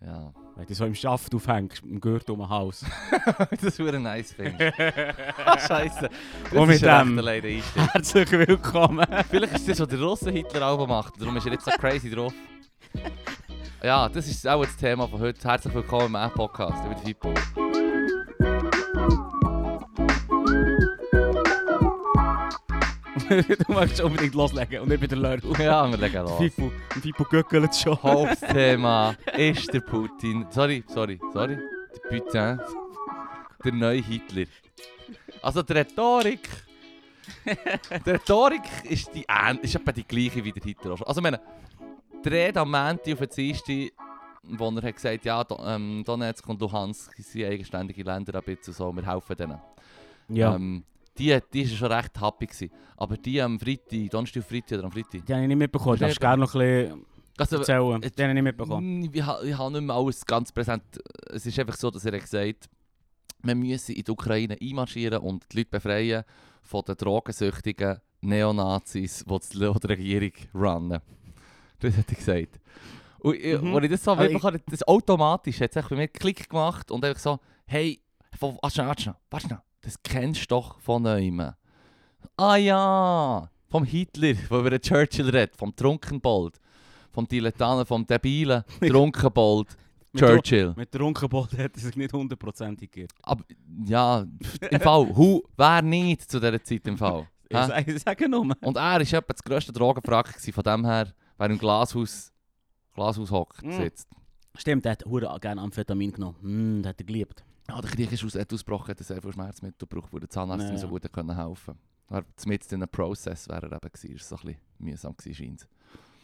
Ja. Wenn du so im Schaft aufhängst, im Gürtel um den Hals. Das wäre nice, finde ich. Scheiße. Und mit dem leider Einstieg. herzlich willkommen. Vielleicht ist das, was der Russen Hitler auch macht. Darum ist er jetzt so crazy drauf. Ja, das ist auch das Thema von heute. Herzlich willkommen im Podcast. Ich bin der Fippo. Du möchtest unbedingt loslegen und nicht wieder lernen. Ja, wir legen los. Fippo göckelt schon. Hauptthema ist der Putin. Sorry. Der Putin. Der neue Hitler. Also die Rhetorik. Die Rhetorik ist etwa die gleiche wie der Hitler auch schon. Also ich meine, die Rede am Montag auf den Dienstag, wo er hat gesagt ja, Donetsk und Luhansk sind eigenständige Länder, ein bisschen so, wir helfen denen. Ja. Die war schon recht happy gewesen. Aber die am Freitag, Donnerstag auf Freitag oder am Freitag? Die habe ich nicht mitbekommen. Darfst du gerne noch ein bisschen erzählen? Die habe ich nicht mitbekommen. Ich habe nicht mehr alles ganz präsent. Es ist einfach so, dass er gesagt hat, wir müssen in die Ukraine einmarschieren und die Leute befreien von den drogensüchtigen Neonazis, die die Regierung runnen. Das hat er gesagt. Und als ich das so mitbekommen habe, das automatisch hat es bei mir Klick gemacht und einfach so, hey, warte schnell. Das kennst du doch von neuem. Ah ja, vom Hitler, wo über den Churchill redet, vom Trunkenbold, vom Dilettanten, vom debilen Trunkenbold Churchill. Mit Trunkenbold hat er sich nicht 100%ig geirrt. Aber ja, im Fall, wer nicht zu dieser Zeit im Fall? Ich sage nur. Und er war etwa das grösste Drogenwrack von dem her, wer im Glashaus hockt, sitzt. Stimmt, er hat verdammt gerne Amphetamin genommen. Das hat er geliebt. Ja, der Krieg ist ausgebrochen, hat er sehr viel Schmerzmittel gebraucht, wo der Zahnarzt ihm so gut helfen konnte. Mitten in einem Prozess wäre er eben gewesen. Das war so ein bisschen mühsam gewesen, scheint.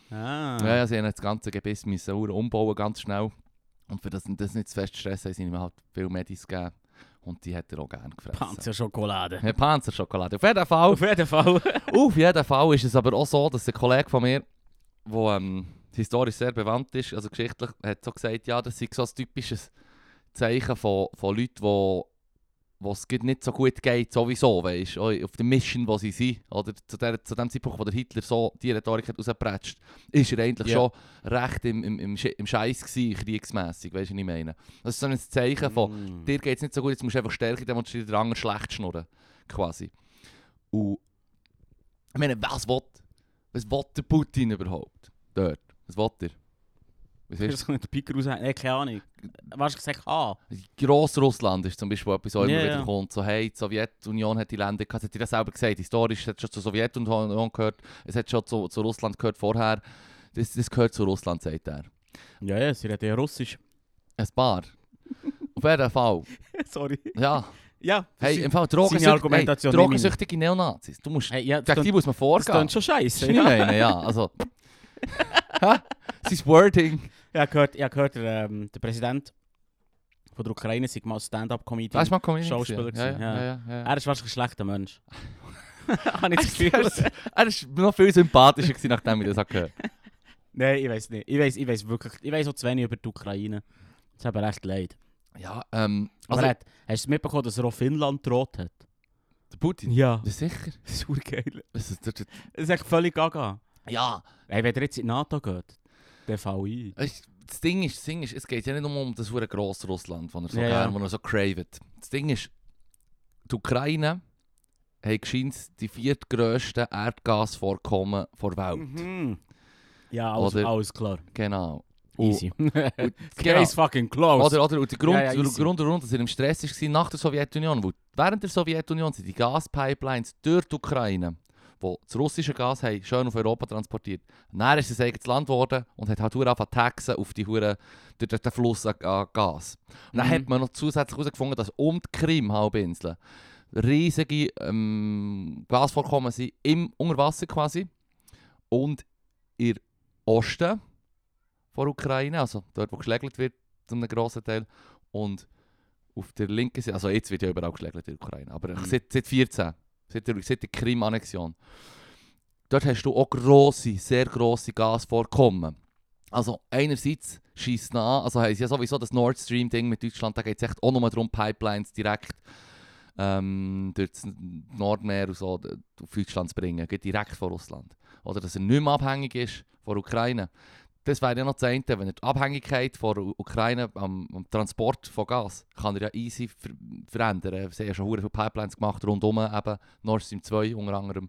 Ja, sie haben das ganze Gebiss müssen umbauen, ganz schnell. Und für das nicht zu fest stressen, haben sie ihm halt viel Medis gegeben. Und die hat er auch gerne gefressen. Panzerschokolade. Ja, Panzerschokolade. Auf jeden Fall. Auf jeden Fall ist es aber auch so, dass ein Kollege von mir, der historisch sehr bewandt ist, also geschichtlich, hat so gesagt, ja, das ist so ein typisches Zeichen von Leuten, wo es nicht so gut geht, sowieso, weißt, auf der Mission, wo sie sind, oder zu dem Zeitpunkt, wo der Hitler so die Rhetorik hat rausgepratscht, ist er eigentlich schon recht im Scheiß gewesen, kriegsmässig, weißt du, was ich meine? Das ist so ein Zeichen von, dir geht es nicht so gut, jetzt musst du einfach Stärke demonstrieren, der andere schlecht schnurren, quasi. Und ich meine, was will der Putin überhaupt dort? Was will er? Was ist das? Der Piker raus? Keine Ahnung. Was hast du gesagt? Grossrussland ist zum Beispiel etwas, was immer wieder Ja. kommt. So, hey, die Sowjetunion hat die Länder gehabt, hat dir das selber gesagt. Historisch hat es schon zur Sowjetunion gehört, es hat schon zu Russland gehört vorher. Das gehört zu Russland, sagt er. Ja, sie reden ja Russisch. Ein paar. Auf jeden Fall. Sorry. Ja. Ja, Hey, im Fall Argumentation drogensüchtige Neonazis. Du musst, hey, ja, gegen die muss man das vorgehen. klingt schon scheiße. Ich meine, ja. Also. Sein Wording. Ich habe gehört der Präsident von der Ukraine sei mal Stand-up-Comedian. Weißt du mal, Comedian Schauspieler gewesen? Ja. Er ist wahrscheinlich ein schlechter Mensch. Habe ich das Gefühl. Er war noch viel sympathischer gewesen, nachdem ich das gehört habe. Nein, ich weiß nicht. Ich weiß auch zu wenig über die Ukraine. Das hat mir recht leid. Ja, Aber also, hast du mitbekommen, dass er auch Finnland droht hat? der Putin? Ja. Ja, sicher. Das ist urgeil. Das ist, Das ist echt völlig gaga. ja, Hey, wenn er jetzt in die NATO geht, der VI. das Ding ist, es geht ja nicht nur um das verdammte Grossrussland, das er so Ja, gerne, ja. wo er so cravet. Das Ding ist, die Ukraine hat gescheit die viertgrössten Erdgasvorkommen der Welt. Mhm. Ja, Oder- alles klar. Genau. Easy. Genau. Case fucking close. Oder und der Grund, Ja, easy. warum dass er im Stress war nach der Sowjetunion. Weil während der Sowjetunion sind die Gaspipelines durch die Ukraine, die das russische Gas haben, schön auf Europa transportiert. Und dann ist es ein eigenes Land geworden und hat halt angefangen taxen auf die durch den Fluss an Gas. Und dann hat man noch zusätzlich herausgefunden, dass um die Krim-Halbinsel riesige Gasvorkommen sind, unter Wasser quasi. Und in Osten von der Ukraine, also dort, wo geschlägelt wird, zu einem grossen Teil. Und auf der linken Seite, also jetzt wird ja überall geschlägelt in der Ukraine, aber seit 14, seit der Krim-Annexion, dort hast du auch sehr grosse Gasvorkommen. Also einerseits schießt an, also haben sie ja sowieso das Nord Stream-Ding mit Deutschland, da geht es echt auch nur darum, Pipelines direkt durch das Nordmeer und so auf Deutschland zu bringen, geht direkt von Russland. Oder dass er nicht mehr abhängig ist von der Ukraine. das wäre ja noch das eine, wenn er die Abhängigkeit von der Ukraine am Transport von Gas kann er ja easy verändern. Sie haben ja schon viele Pipelines gemacht, rundum eben Nord Stream 2 unter anderem.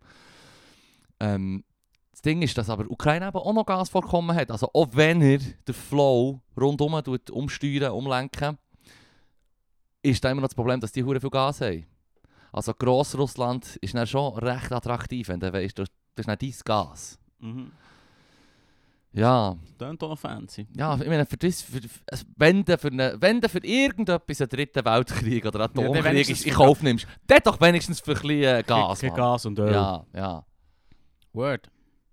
Das Ding ist, dass aber Ukraine eben auch noch Gasvorkommen hat. Also auch wenn er den Flow rundum umsteuern, umlenken, ist da immer noch das Problem, dass die hure viel Gas haben. Also Grossrussland ist dann schon recht attraktiv, wenn du weißt, das ist dann dein Gas. Mhm. Ja. Das klingt auch fancy. Ja, ich meine, wenn du für irgendetwas einen dritten Weltkrieg oder Atomkrieg wenigstens in Kauf nimmst, dann doch wenigstens für ein bisschen Gas. Kein Mann. Gas und Öl. Ja, ja. Word.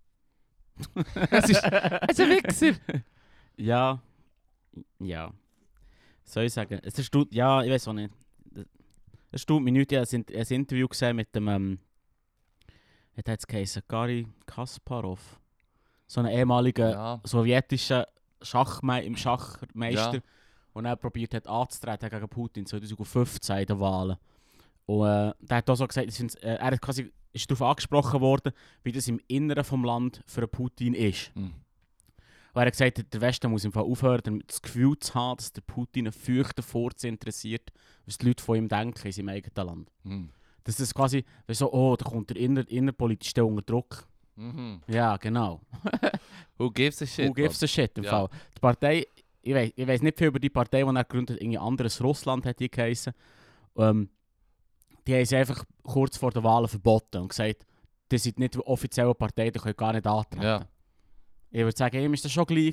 Es ist ein Wichser. Ja. Ja. Soll ich sagen? Es ist, ja, ich weiß auch nicht. Es tut mir nicht. Ich habe ein Interview gesehen mit dem hat jetzt geheißen, Garry Kasparov. So einen ehemaligen sowjetischen Schachmeister. Ja. Und er probiert hat anzutreten gegen Putin 2015 in den Wahlen. Und der hat auch so gesagt, er hat quasi, ist darauf angesprochen worden, wie das im Inneren des Landes für einen Putin ist. Mhm. Und er hat gesagt, der Westen muss im Fall aufhören, das Gefühl zu haben, dass der Putin einen feuchten Furz interessiert, was die Leute von ihm denken in seinem eigenen Land. Mhm. Dass das quasi so, da kommt der innerpolitische unter Druck. Mhm. Ja, genau. Who gives a shit? Who gives a shit im Ja. Fall. Die Partei, ich weiss nicht viel über die Partei, die er gegründet hat, irgendwie anderes Russland hat die geheissen. Die haben sie einfach kurz vor den Wahlen verboten und gesagt, das sind nicht offizielle Partei, die können gar nicht antreten. Ja. Ich würde sagen, ihm ist das schon gleich.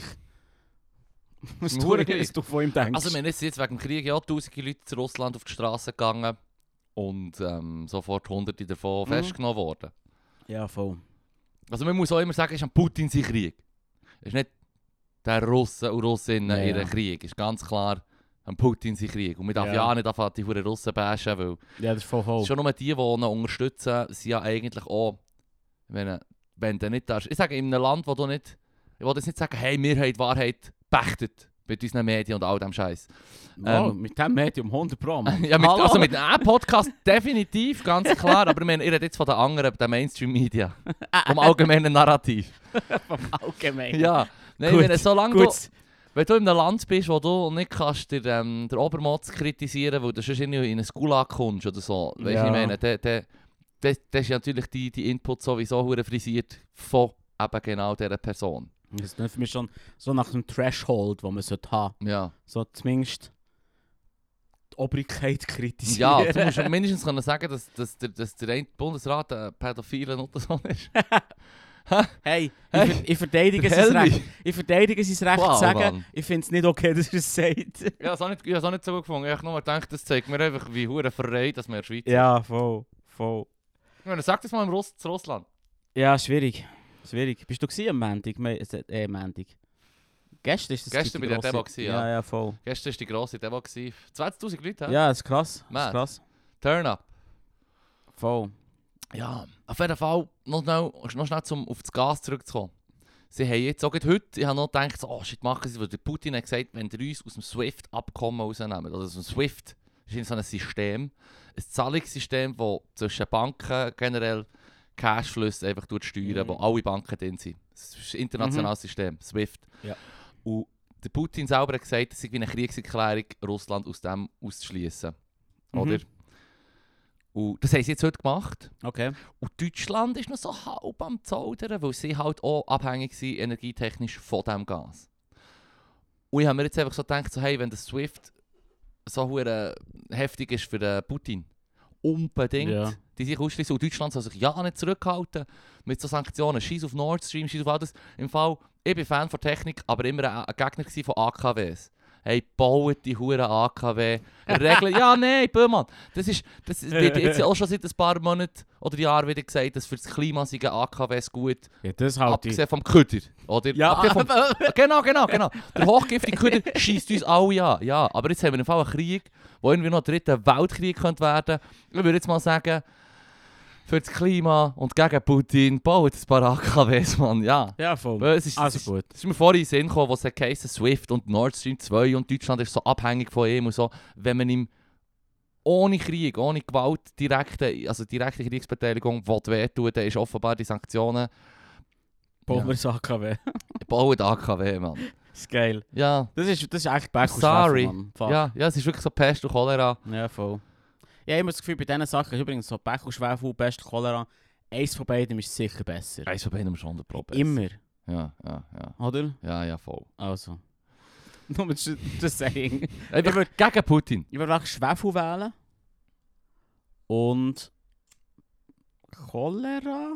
Was Gleich. du von ihm denkst. Also wir sind jetzt wegen dem Krieg ja tausende Leute zu Russland auf die Straße gegangen und sofort hunderte davon festgenommen worden. Ja, voll. Also man muss auch immer sagen, es ist ein Putin sein Krieg. Es ist nicht der Russen und Russinnen ihren Krieg. Es ist ganz klar ein Putin sein Krieg. Und man darf ja nicht anfangen, die Russen bashen, weil Ja, das ist voll voll. schon nur die ihn unterstützen, sind ja eigentlich auch, wenn du nicht darfst. Ich sage, in einem Land, wo du nicht, ich will jetzt nicht sagen, hey, wir haben die Wahrheit pächtet mit unseren Medien und all dem Scheiß. Mit dem Medium 100 Pro. Mann. Ja, also mit einem Podcast definitiv, ganz klar. Aber ich rede jetzt von den anderen, den Mainstream-Media. Vom allgemeinen Narrativ. Vom Allgemeinen. Ja, nein, Gut, ich meine, solange gut. du, wenn du in einem Land bist, wo du nicht kannst den Obermotz kritisieren, weil du sonst irgendwie in einen Gulag kommst oder so, weißt du, Ja. ich meine, das ist natürlich die Input sowieso hure frisiert von eben genau dieser Person. Das ist für mich schon so nach dem Threshold, den man haben sollte. Ja. So zumindest die Obrigkeit Ja, kritisieren. du musst mindestens können sagen, dass der eine Bundesrat ein pädophiler Untersohn ist. Hey, Hey, ich verteidige der sein Helmi. Recht. Ich verteidige sein Recht Wow, zu sagen, Mann. ich finde es nicht okay, dass er es sagt. Ja, das habe ich auch nicht so gut gefunden. Ich habe nur gedacht, das zeigt mir einfach, wie hure verreit, dass wir in der Schweiz sind. Ja, voll. Voll. Ich meine, sag das mal zu Russland. Ja, schwierig. Schwierig. Bist du am Montag? Montag. Gestern ist das Gestern die bei der grosse- Demo gewesen, ja. Ja, voll. Gestern war die grosse Demo. 20'000 Leute, Ja, das ist krass. Das Mad. ist krass. Turn up. Voll. Ja, auf jeden Fall, noch schnell um auf das Gas zurückzukommen. Sie haben jetzt auch gerade heute, ich habe noch gedacht, so, oh shit, machen sie, weil der Putin hat gesagt, wenn ihr uns aus dem SWIFT-Abkommen rausnehmen, oder aus dem SWIFT, ist so ein System, ein Zahlungssystem, das zwischen Banken generell Cashflüsse einfach steuern, wo alle Banken drin sind. Das ist ein internationales System, SWIFT. Ja. Und der Putin selber hat gesagt, es sei wie eine Kriegserklärung, Russland aus dem auszuschließen. Oder? Und das haben sie jetzt heute gemacht. Okay. Und Deutschland ist noch so halb am Zaudern, weil sie halt auch abhängig sind, energietechnisch, von diesem Gas. Und ich habe mir jetzt einfach so gedacht, so, hey, wenn das SWIFT so hure heftig ist für den Putin, unbedingt Ja. die sich ausschließen. Und Deutschland soll sich ja nicht zurückhalten mit so Sanktionen. Scheiß auf Nord Stream, scheiß auf alles. Im Fall, ich bin Fan von Technik, aber immer ein Gegner gewesen von AKWs. Hey, baut die Huren AKW. Regeln. Ja, nein, Böhmann. Das wird jetzt auch schon seit ein paar Monaten oder Jahren wieder gesagt, dass für das Klima sind AKWs gut. Ja, das halt Abgesehen vom Köder. Oder? Ja, Abgesehen vom, genau. Der hochgiftige Köder schießt uns alle an. Ja, aber jetzt haben wir im Fall einen Krieg, wo irgendwie noch ein dritter Weltkrieg könnte werden. Ich würde jetzt mal sagen, für das Klima und gegen Putin baut ein paar AKWs, Mann. Ja. Ja, voll. Es ist, Also gut. es ist mir vorhin in den Sinn gekommen, was es geheißen SWIFT und Nord Stream 2 und Deutschland ist so abhängig von ihm und so. Wenn man ihm ohne Krieg, ohne Gewalt, direkte Kriegsbeteiligung wehtun, dann ist offenbar die Sanktionen Bauen wir das AKW. Bauen AKW, Mann. Das ist geil. Ja. Das ist echt Pech und Sorry. Schwefel, Mann. Fuck. Ja, es ist wirklich so Pest und Cholera. Ja, voll. Ich habe immer das Gefühl, bei diesen Sachen ist übrigens so Pech und Schwefel, Pest, Cholera. Eins von beiden ist sicher besser. Eins von beiden ist 100% besser. Immer, Ja. oder? Ja, voll. Also. Nur mit just saying. Ich würde gegen Putin. Ich würde auch Schwefel wählen. Und Cholera?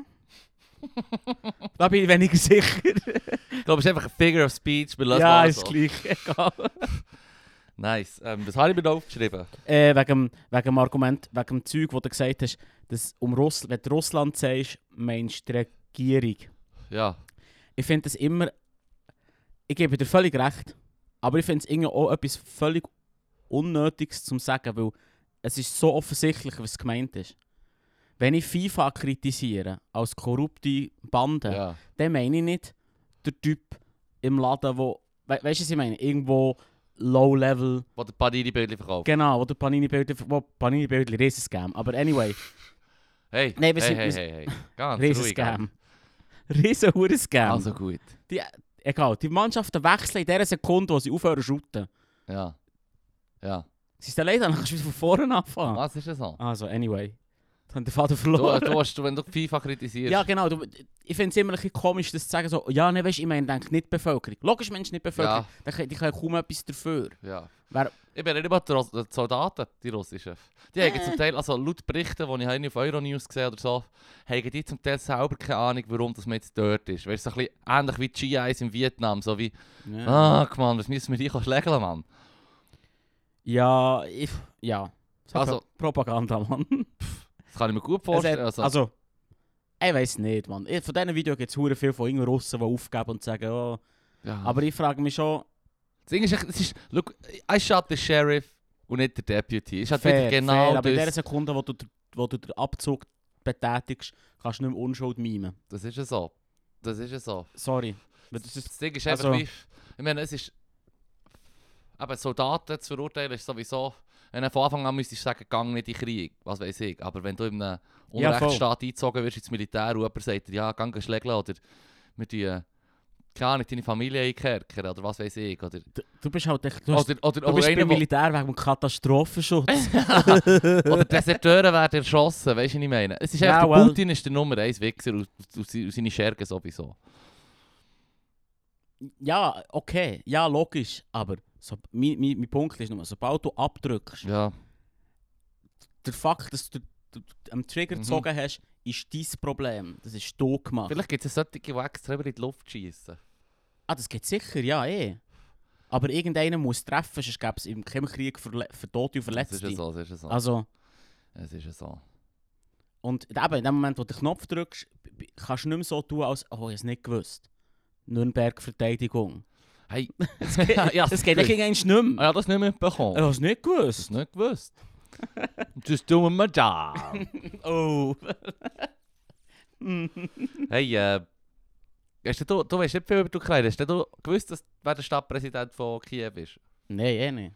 Da bin ich weniger sicher. Ich glaube, es ist einfach ein Figure of Speech. Wir lassen Ja, mal ist so. gleich. Egal. Nice. Was habe ich mir da aufgeschrieben? Wegen dem Argument, wegen dem Zeug, wo du gesagt hast, dass wenn du Russland sagst, meinst du die Regierung. Ja. Ich finde das immer... Ich gebe dir völlig recht. Aber ich finde es irgendwie auch etwas völlig Unnötiges zu sagen, weil es ist so offensichtlich, was gemeint ist. Wenn ich FIFA kritisiere als korrupte Bande, Ja. dann meine ich nicht der Typ im Laden, wo... Weißt du, was ich meine? Irgendwo Low-Level... Wo der Panini-Bildchen verkauft. Genau, wo der Panini-Bildchen Riesenscam. Aber anyway, Hey, Nein, wir sind- hey. Ganz ruhig. Riesenscam. Riesen-Hure-Scam. Also gut. Egal, die Mannschaften wechseln in der Sekunde, wo sie aufhören zu shooten. Ja. Sie sind leider, dann kannst du wieder von vorne anfangen. Was ist das so? Also, anyway. Dann haben den Faden Du, verloren. wenn du FIFA kritisierst. Ja, genau. Ich finde es immer ein bisschen komisch, das zu sagen, so, ja, ne, weißt, ich meine, denke nicht die Bevölkerung. Logisch, Menschen nicht die Bevölkerung. Die können kaum etwas dafür. Ja. Wer- Ich bin nicht mal die Soldaten, die russischen. Die haben zum Teil, also laut Berichten, die ich auf Euronews gesehen oder so, haben die zum Teil selber keine Ahnung, warum das man jetzt dort ist. Weißt du, so ein bisschen ähnlich wie GIs in Vietnam. So wie, Ja, Mann, was müssen wir hier schlägeln, Mann? ja. So Also- Propaganda, Mann. Das kann ich mir gut vorstellen. Also, ich weiß nicht, Mann. Von diesen Videos gibt es hure viel von irgendeinen Russen, die aufgeben und sagen, oh. ja. Aber ich frage mich schon, das Ding ist, es ist, look, I shot the sheriff und nicht der Deputy. Ist halt fair, wieder genau fair, aber in der das. Sekunde, wo du den Abzug betätigst, kannst du nicht mehr Unschuld mimen. Das ist ja so. Sorry. Das Das ist, Ding ist also- einfach wie... Ich meine, es ist... Aber Soldaten zu verurteilen ist sowieso... Wenn du von Anfang an müsstest sagen, gang nicht in den Krieg, was weiß ich. Aber wenn du in einem Ja, voll. Unrechtsstaat eingezogen wirst ins Militär und jemand sagt dir, ja, gang schlägeln oder wir tun, keine Ahnung, deine Familie einkerkern oder was weiß ich. Oder, du bist halt echt... Du bist oder beim einer, Militär wegen dem Katastrophenschutz. oder Deserteure werden erschossen, weißt du, was ich meine? Es ist Ja, einfach, well. Putin ist der Nummer 1 Wichser und seine Schergen sowieso. Ja, okay. Ja, logisch. Aber mein Punkt ist nur, sobald du abdrückst, Ja, der Fakt, dass du am Trigger gezogen hast, ist dein Problem. Das ist du gemacht. vielleicht gibt es solche, die extra in die Luft schießen. Ah, das geht sicher, ja, eh. Aber irgendeiner muss treffen, sonst gäbe es im Krieg für Tote und Es ist Verletzte. ja so, es ist ja so. Also, Es ist ja so. und eben, in dem Moment, wo du den Knopf drückst, kannst du nicht mehr so tun, als «Oh, ich habe es nicht gewusst». Nürnberg-Verteidigung. Hey, Es geht, Ja, es geht eigentlich nicht mehr. ah, ja, das nicht Ich mitbekommen. habe es nicht Das gewusst. ist nicht gewusst. Just doing my job. Oh. Hey, du weißt nicht viel über die Ukraine. Hast du gewusst, dass wer der Stadtpräsident von Kiew ist? Nein, eh nicht.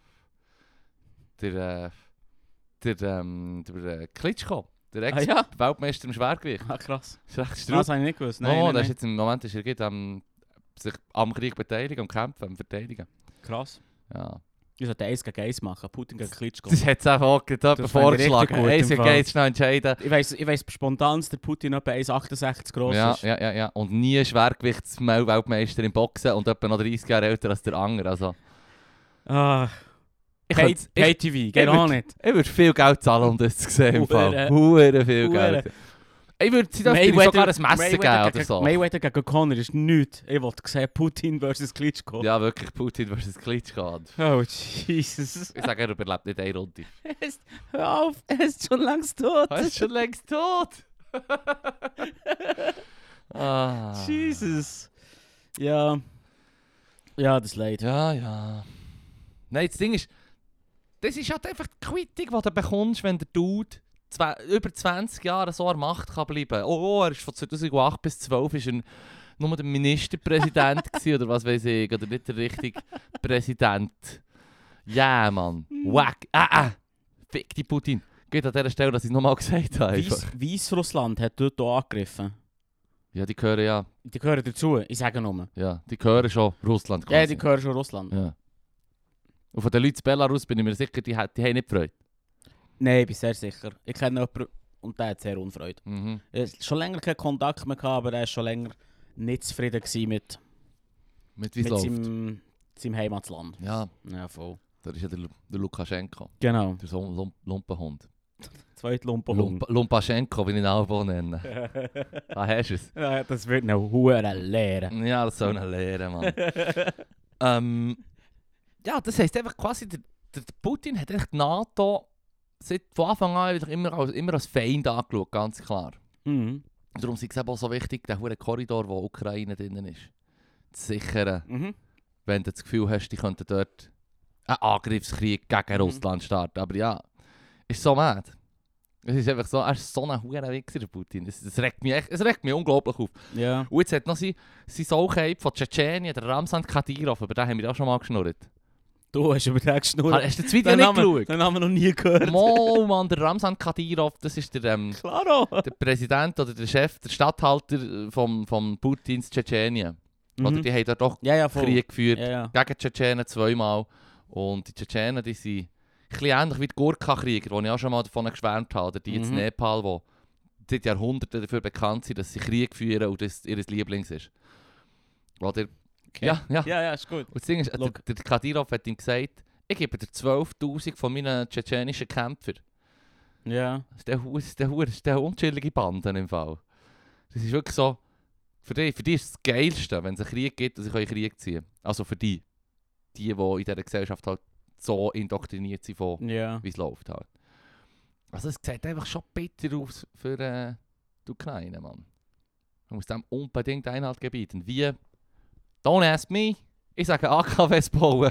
Der Klitschko. Der Ah ja? Ex-Weltmeister im Schwergewicht. Ah, krass. Das ist recht Das strub. habe ich nicht gewusst. Oh, Nein, der ist nein. jetzt im Moment ist er geht, sich am Krieg beteiligen, am Kämpfen, am Verteidigen. Krass. Ja. Ich sollte 1 gegen 1 machen. Putin gegen Klitschko. Das hat es einfach auch jemand Das fände ich richtig vorgeschlagen. gut Hey, im sie Fall. geht schnell entscheiden. Ich weiss spontan, dass der Putin etwa 1,68 groß Ja, ist. ja. Und nie Schwergewichtsweltmeister im Boxen und etwa noch 30 Jahre älter als der andere. Also, Ah, ich Pay-TV, geht auch nicht. würde viel Geld zahlen, um das zu sehen. Im Fall. Hure. Hure viel Hure. Geld. Ich würde sie das sogar ein Messer geben oder so. Mayweather gegen Conor ist nichts. Ich wollte sehen, Putin versus Klitschko. Ja, wirklich, Putin versus Klitschko. Oh, Jesus. Ich sage, er überlebt nicht eine Runde. Hör auf, er ist schon längst tot. Er ist schon längst tot. Jesus. Ja. Ja, das leid. Ja. Nein, das Ding ist, das ist halt einfach die Quittung, die du bekommst, wenn der Dude über 20 Jahre so an der Macht kann bleiben. Er ist von 2008 bis 2012 ist er nur der Ministerpräsident gewesen, oder was weiß ich, oder nicht der richtige Präsident. Ja, Mann. Wack. Fick die Putin. Geht an dieser Stelle, dass ich es nochmal gesagt habe. einfach. Weißrussland hat dort auch angegriffen. Ja, die gehören ja... Die gehören dazu, ich sage nur. Ja, die gehören schon Russland quasi. Ja, die gehören schon Russland. Ja. Und von den Leuten in Belarus bin ich mir sicher, die haben nicht Freude. Nein, ich bin sehr sicher. Ich kenne jemanden und der hat sehr Unfreude. Mhm. Er hat schon länger keinen Kontakt mehr gehabt, aber er war schon länger nicht zufrieden gewesen Mit wie es läuft. seinem Heimatland. Ja, Ja, voll. da ist ja der Lukaschenko. Genau. Der so Lumpenhund. Zweite Lumpenhund. Lumpaschenko, wie ich ihn auch nennen. Ah, hast du es? Ja, das wird noch hure lehren. Ja, das soll er lernen, Mann. Ja, das heisst einfach quasi, der Putin hat echt die NATO von Anfang an immer als Feind angeschaut, ganz klar. Mhm. Darum ist es eben auch so wichtig, der hure Korridor, wo Ukraine drin ist, zu sichern. Mhm. Wenn du das Gefühl hast, die könnten dort einen Angriffskrieg gegen Russland starten. Aber ja, ist so mad. Es ist einfach so, er ist so ein hure Wichser, der Putin. Es regt mich unglaublich auf. Ja. Und jetzt hat noch sein Sauchheib von Tschetschenien, der Ramzan Kadyrov, über den haben wir auch schon mal geschnurrt. Du hast über den geschnurrt. Hast du das Video nicht geschaut? Den haben wir noch nie gehört. Oh Mann, der Ramzan Kadyrov, das ist der Klaro. Präsident oder der Chef, der Statthalter vom Putins Tschetschenien. Oder die haben dort auch ja, voll. Krieg geführt Ja. gegen die Tschetschenen zweimal. Und die Tschetschenen, die sind ein bisschen ähnlich wie die Gurkha-Krieger, die ich auch schon mal davon geschwärmt habe. Oder die in Nepal, die seit Jahrhunderten dafür bekannt sind, dass sie Krieg führen und das ihr Lieblings ist. Oder? Okay. Ja. Ist gut. Und das Ding ist, der Kadyrov hat ihm gesagt, ich gebe dir 12'000 von meinen tschetschenischen Kämpfern. Ja. Das ist der unchillige Bande im Fall. Das ist wirklich so, für die ist das Geilste, wenn es einen Krieg gibt, dass ich Krieg ziehen kann. Also für die in dieser Gesellschaft halt so indoktriniert sind, Ja. wie es läuft halt. Also es sieht einfach schon bitter aus für die Ukraine, Mann. Man muss dem unbedingt Einhalt gebieten. Wie? Don't ask me. Ich sage AKWs bauen.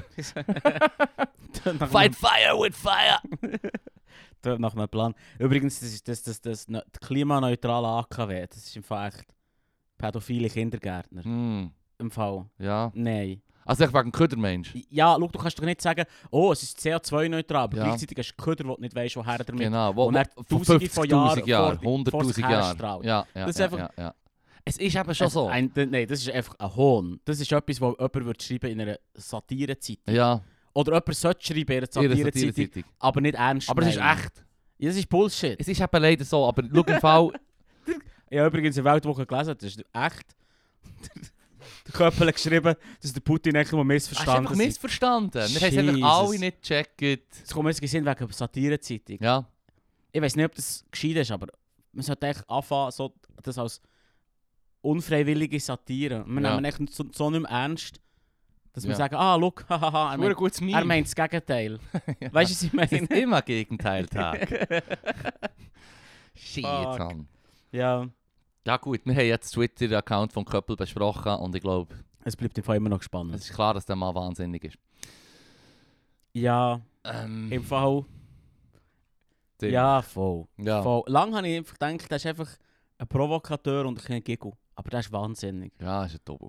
Fight fire with fire! Nach einem Plan. Übrigens, das ist das klimaneutrale AKW. Das ist im Fall echt pädophile Kindergärtner. Im Fall. Ja. Nein. Also ich wegen Ködermensch. Ja, schau, du kannst doch nicht sagen, oh, es ist CO2-neutral, aber Ja. gleichzeitig hast du Köder, wo du nicht weißt, woher damit. Genau. Und er vor tausende von 50'000 Jahren Jahren, vor sich 100'000 Jahren. herstrahlt. Ja, Das ist ja, einfach- ja. Es ist eben schon so. Nein, das ist einfach ein Hohn. Das ist etwas, was jemand würde schreiben in einer Satirezeitung. Ja, Oder jemand sollte schreiben in einer ihre Satirezeitung, Satirzeitung. aber nicht ernst Aber es ist meinen. echt. Ja, das ist Bullshit. Es ist eben leider so, aber schau im Fall... Ich habe übrigens in der Weltwoche gelesen, das ist echt. Der Köppel hat geschrieben, dass der Putin eigentlich mal Hast du missverstanden einfach ist. missverstanden. Wir haben es einfach Jesus. alle nicht gecheckt. Das kommt mir jetzt gesehen wegen der Satirezeitung. Ja. Ich weiß nicht, ob das gescheit ist, aber man sollte eigentlich anfangen, so, das als unfreiwillige Satire. Wir Ja. nehmen echt so nicht mehr ernst, dass wir Ja. sagen, ah, look, hahaha, Ein gutes Meme. er meint das Gegenteil. Ja. Weißt du, was ich Es ist meine? immer Gegenteiltag. Shit, Fuck. Mann. Ja, Ja gut, wir haben jetzt den Twitter-Account von Köppel besprochen und ich glaube, es bleibt im Fall immer noch spannend. es ist klar, dass der Mann wahnsinnig ist. Ja, im Fall. Tim. Ja, voll. Ja. Voll. Lang habe ich einfach gedacht, der ist einfach ein Provokateur und ein Giggle. Aber der ist wahnsinnig. Ja, ist ein Tobo.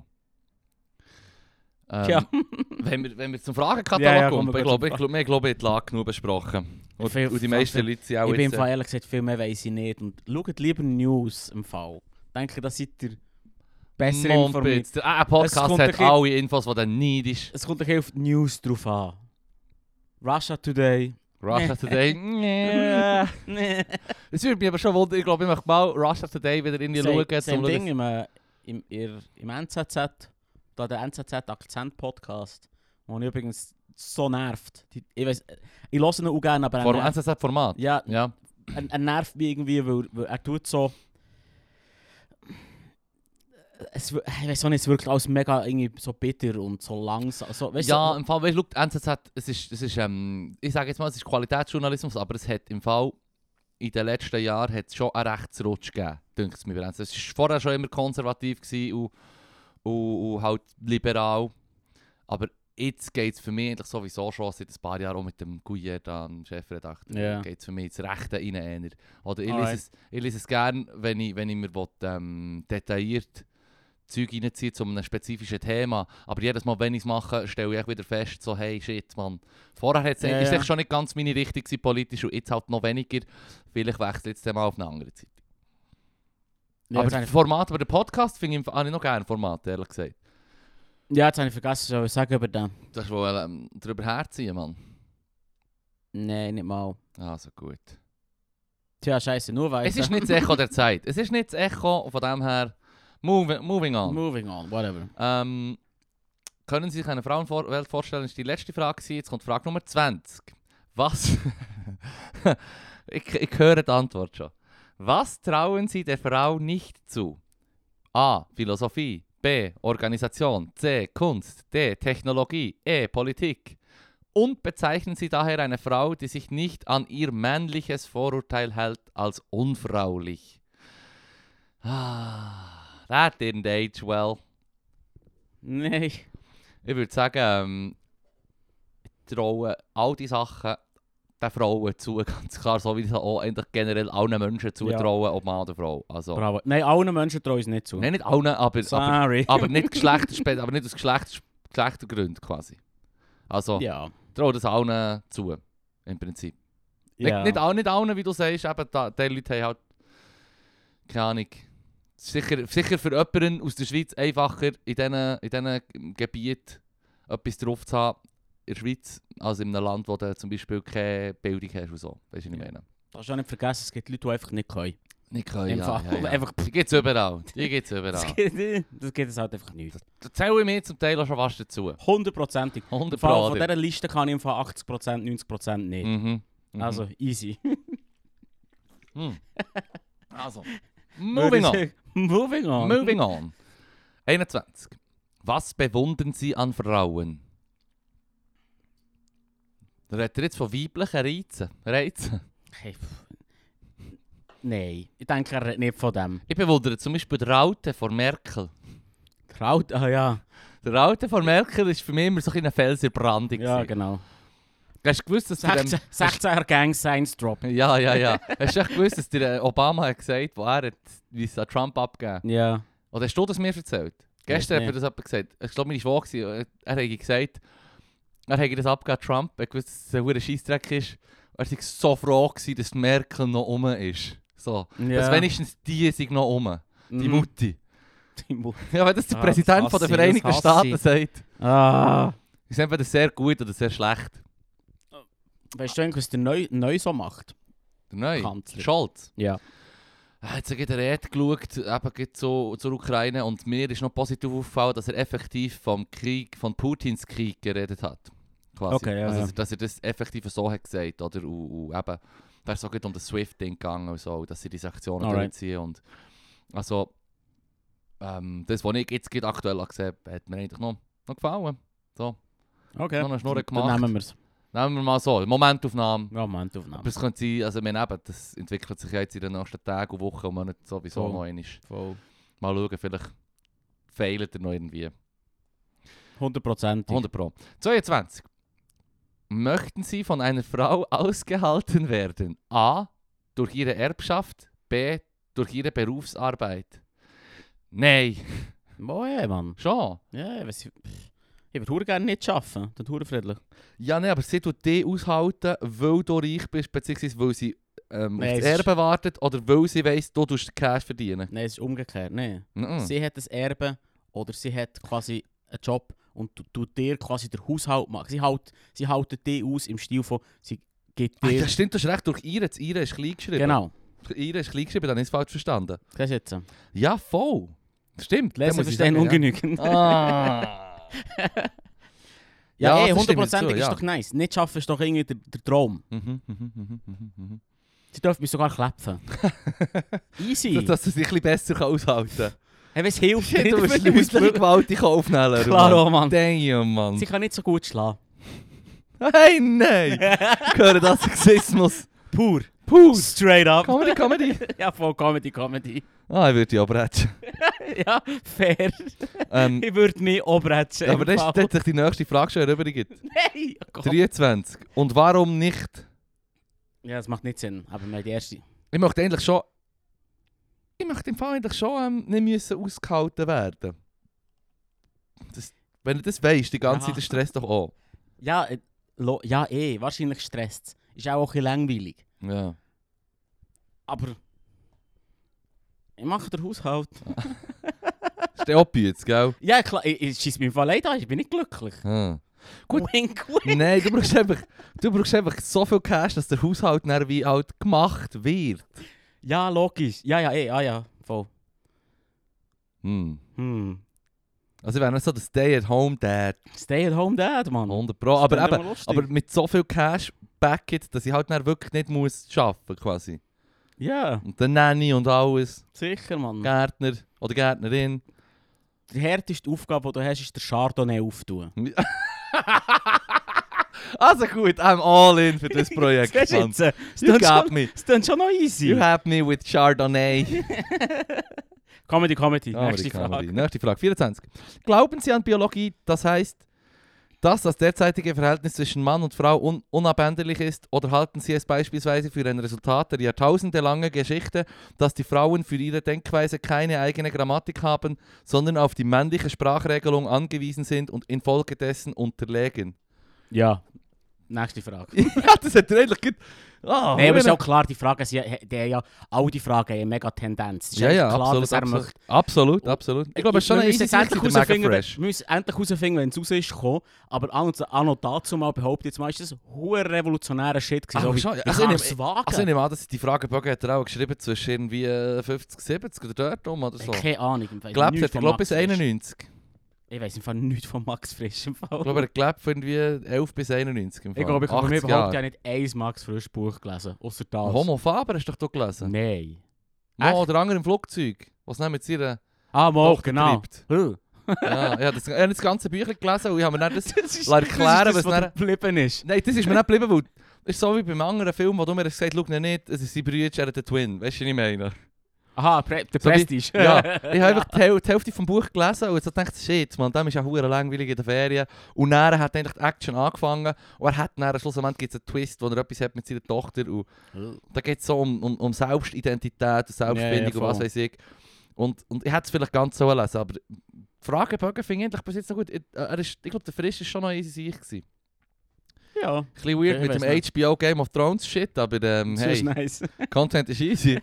Ja. wenn wir zum Fragenkatalog Ja, ja, kommen, komm, ich wir glaube, wir haben die Lage genug besprochen. Und, Viel- und die meisten viel- Leute sind auch Ich bin im jetzt... Fall ehrlich gesagt, viel mehr weiss ich nicht. Und schaut lieber News im Fall. Denke, da seid ihr besser informiert. Mumpitz. Der Es Podcast kommt hat ein bisschen- alle Infos, die dann neidisch. Es kommt ein bisschen auf die News drauf an. Russia Today. Russia Today. Nee. Nee. Es würde mich aber schon wundern, ich glaube, ich möchte mal Russia Today wieder irgendwie schauen. Same um Ding im NZZ, da der NZZ-Akzent-Podcast, wo ich übrigens so nervt. Ich höre ihn auch gerne, aber Vor NZZ-Format. ja, Ja. er nervt mich irgendwie, weil er tut so... Ich weiß auch nicht, es wirkt alles mega irgendwie so bitter und so langsam. So, weißt Ja, du, im Fall, weißt du, schau, NZZ, es ist ich sage jetzt mal, es ist Qualitätsjournalismus, aber es hat im Fall in den letzten Jahren hat es schon einen Rechtsrutsch gegeben, denke ich mir. Es war vorher schon immer konservativ gewesen und halt liberal, aber jetzt geht es für mich eigentlich sowieso schon seit ein paar Jahren auch mit dem Gouillet, dem Chefredakteur, Ja. geht es für mich ins Rechte rein eher. Oder ich Alright. lese es gerne, wenn ich mir detailliert Zeug reinziehe zu einem spezifischen Thema. Aber jedes Mal, wenn ich es mache, stelle ich wieder fest, so hey, shit, man. Vorher hat's Ja, ist ja. es schon nicht ganz meine Richtung gewesen, politisch und jetzt halt noch weniger. Vielleicht wechsle ich jetzt mal auf eine andere Zeit. Ja, aber jetzt habe Format über den Podcast habe ich noch gerne Format, ehrlich gesagt. jetzt habe ich vergessen, was ich sagen über den. Du hast wohl drüber herziehen, Mann. Nein, nicht mal. Also gut. Tja, scheiße, nur weiter. Es ist nicht das Echo der Zeit. Es ist nicht das Echo, von dem her... Moving on. Moving on, whatever. Können Sie sich eine Frauenwelt vorstellen? Das war die letzte Frage. Jetzt kommt Frage Nummer 20. Was... ich höre die Antwort schon. Was trauen Sie der Frau nicht zu? A. Philosophie. B. Organisation. C. Kunst. D. Technologie. E. Politik. Und bezeichnen Sie daher eine Frau, die sich nicht an ihr männliches Vorurteil hält, als unfraulich. That didn't age well. Nein. Ich würde sagen, ich traue all die Sachen den Frauen zu, ganz klar, so wie ich es auch eigentlich generell allen Menschen zutrauen, ob Mann oder Frau. Also, Bravo. Nein, allen Menschen trauen es nicht zu. nein, nicht allen, aber nicht aber nicht aus Geschlechtergründen quasi. Also, Ja. ich traue das allen zu, im Prinzip. Ja. Nicht allen, wie du sagst, eben, die Leute haben halt, keine Ahnung, sicher für jemanden aus der Schweiz einfacher, in diesen Gebieten etwas drauf zu haben, in der Schweiz, als in einem Land, wo du zum Beispiel keine Bildung hast und so. Weißt du, was ich meine? Du darfst auch nicht vergessen, es gibt Leute, die einfach nicht können. Nicht können, Im ja, Fall. ja, ja. Einfach- Die gibt es überall. Das geht es halt einfach nicht. Da zähle ich mir zum Teil auch schon fast dazu. 100%. 100 Im Fall Pro. von dieser Liste kann ich im Fall 80%, 90% nicht. Mhm. Mhm. Also, easy. Also, moving on. Moving on. Moving on. 21. Was bewundern Sie an Frauen? Da redet er jetzt von weiblichen Reizen. Hey, Nein, ich denke, er redet nicht von dem. Ich bewundere zum Beispiel den Raute von Merkel. Kraut, ja. Der Raute von Merkel ist für mich immer so ein Fels in der Brandung. Ja, gewesen. genau. Hast du gewusst, dass der... 16er Gang Science Drop. Ja. Hast du echt gewusst, dass der Obama hat gesagt, wo er hat, wie es an Trump abgegeben? Ja. Oder hast du das mir erzählt? Gestern hat nicht. mir das jemand gesagt. Ich glaube, meine Schwester, er hat gesagt, er hätte das abgegeben, Trump. Er gewusst, dass es ein verdammter Scheissdreck ist. Er war so froh gewesen, dass Merkel noch rum ist. So. Ja. Dass wenigstens die sind noch rum. Die Mutti. Die Mutti. Ja, wenn das der Ah, Präsident das von der hasse ich, Vereinigten das hasse Staaten sagt, Ah. ist entweder sehr gut oder sehr schlecht. Weißt du eigentlich, was der neu so macht? Der neue, Kanzler. Scholz. Ja. Jetzt hat er Rede geschaut, eben geht so zur Ukraine, und mir ist noch positiv aufgefallen, dass er effektiv vom Krieg, von Putins Krieg geredet hat. Quasi. Okay, ja, also, ja. dass er das effektiv so hat gesagt, oder? Und eben, da ist so gut um das SWIFT-Ding gegangen und so, dass sie die Sanktionen Alright. durchziehen. Und also, das, was ich jetzt gerade aktuell gesehen habe, hat mir eigentlich noch gefallen. So, Okay. noch eine Schnurre Dann gemacht. nehmen wir es. Nehmen wir mal so, Momentaufnahme. Ja, Momentaufnahme. Aber es könnte sein, also ich meine eben, das entwickelt sich ja jetzt in den nächsten Tagen und Wochen und Monaten sowieso Voll. noch einmal. Voll. Mal schauen, vielleicht fehlt er noch irgendwie. 100%. 100 Pro. 22. Möchten Sie von einer Frau ausgehalten werden? A. Durch ihre Erbschaft. B. Durch ihre Berufsarbeit. Nein. Oh ja, Mann. Schon. Ja, ich würde gerne nicht arbeiten. Das ist friedlich. Ja, nein, aber sie tut die aushalten, weil du reich bist, beziehungsweise weil sie auf Nein, das es ist- Erbe wartet, oder weil sie weiss, du tust den Cash verdienen. Nein, es ist umgekehrt. Nein. Mhm. Sie hat ein Erbe oder sie hat quasi einen Job und tut dir quasi den Haushalt machen. Sie halten dich aus im Stil von, sie gibt Ah, dir... das stimmt, du hast recht, durch ihre. Das ihre ist klein geschrieben. Genau. Durch ihre ist klein geschrieben, dann ist es falsch verstanden. Das ist jetzt. Ja, voll. Stimmt. Lesen dann muss ich verstehen sagen, ungenügend. Ah. Ja, Ja, ey, das stimmt 100% dazu, ist ja. doch nice. Nicht arbeiten ist doch irgendwie der Traum. Sie dürfen mich sogar klepfen. Easy. Dass sie sich ein bisschen besser aushalten kann. Hey, was hilft Shit, du musst nicht? häusliche Gewalt in Kauf nehmen. Klar, Mann. Damn, Mann. Sie kann nicht so gut schlagen. Hey, nein! Ich höre das Sexismus. Pur. Puh. Straight up. Comedy. Ja, voll Comedy. Ah, ich würde dich abbrechen. Ja, fair. Ich würde mich abbrechen. Aber das hat sich die nächste Frage schon erübrigt. Nein! Oh Gott. 23. Und warum nicht? Ja, das macht nicht Sinn. Aber wir haben die erste. Ich möchte eigentlich schon... Ich möchte im Fall eigentlich schon nicht müssen ausgehalten werden. Wenn du das weißt, die ganze Zeit, Ja. der Stress doch auch. Ja, ja, wahrscheinlich stresst es. Ist auch ein bisschen langweilig. Ja. Aber Ich mache den Haushalt. Ist der obvious, gell? Ja, klar, ich schieße mir voll leid an, ich bin nicht glücklich. Ah. Gut. Wink, wink. Nein, du brauchst einfach so viel Cash, dass der Haushalt dann wie halt gemacht wird. Ja, logisch. Ja, voll. Hm. Also ich wäre nicht so der Stay-at-home-Dad. Stay-at-home-Dad, Mann. 100%. Aber Das ist eben, aber mit so viel Cash backet, dass ich halt dann wirklich nicht muss arbeiten quasi. Ja, Und dann Nanny und alles. sicher, Mann. Gärtner oder Gärtnerin. Die härteste Aufgabe, die du hast, ist der Chardonnay auftun. Also gut, I'm all in für das Projekt, Das Mann. klingt got me. schon noch easy. You have me with Chardonnay. Comedy. Comedy. Nächste Frage. Nächste Frage, 24. Glauben Sie an Biologie, das heißt, dass das derzeitige Verhältnis zwischen Mann und Frau unabänderlich ist, oder halten Sie es beispielsweise für ein Resultat der jahrtausendelangen Geschichte, dass die Frauen für ihre Denkweise keine eigene Grammatik haben, sondern auf die männliche Sprachregelung angewiesen sind und infolgedessen unterlegen? Ja. Nächste Frage. Ja, das hat er eigentlich gut... Nein, aber ist auch klar, die Fragen sind all die Fragen haben eine mega Tendenz. Es ist Ja, eigentlich ja, klar, absolut, was er absolut. möchte. Absolut. Ich glaube, es ist schon Wir ein müssen easy jetzt endlich der Mega herausfinden, Fresh. wir müssen endlich herausfinden, wenn es raus ist gekommen. Aber auch noch dazu mal behauptet, jetzt mal ist das ein hoher revolutionärer Shit gewesen. Aber So wie, schon, wie also kann ich es nehme- wagen? Also ich nehme an, dass die Fragebögen hat er auch geschrieben zwischen irgendwie 50, 70 oder dort rum oder so. Keine Ahnung. Ich weiss Gelebt nichts hat er, von glaube bis Max Frisch. 91. Ich weiss im Fall nichts von Max Frisch. Im Fall. Ich glaube, er hat gelebt von irgendwie 11 bis 91 im Fall. Ich glaube, ich habe mir 80 überhaupt ja Jahre. nicht ein Max Frisch Buch gelesen. Außer das. Homo Faber hast du doch gelesen? Nein. Mo, der andere im Flugzeug, was nicht mit seiner Ah, mal, Tochter genau. treibt. Huh. Ja, ich habe das ganze Büchlein gelesen und ich habe mir dann das... ist, erklären, das, was was dann- geblieben ist. Nein, das ist mir nicht geblieben, weil es ist so wie beim anderen Film, wo du mir gesagt hast, schau ihn nicht, es ist sein Bruder, er hat einen Twin. Weißt du, was ich meine? Aha, der So wie- Prestige. Ja, ich habe einfach die Hälfte vom Buch gelesen und so gedacht, shit, man, dem ist ja verdammt langweilig in der Ferien. Und dann hat eigentlich die Action angefangen und er hat dann schlussendlich gibt's einen Twist, wo er etwas hat mit seiner Tochter und da geht es so um Selbstidentität und Selbstfindung Ja, und was voll. weiß ich. Und ich hätte es vielleicht ganz so lesen, aber Fragebögen finde ich eigentlich bis jetzt noch gut. Ich glaube, der Frisch war schon noch easy sich gewesen. Ja, Ein bisschen weird Ich mit weiss dem nicht. HBO Game of Thrones Shit, aber das hey, ist nice. Content ist easy.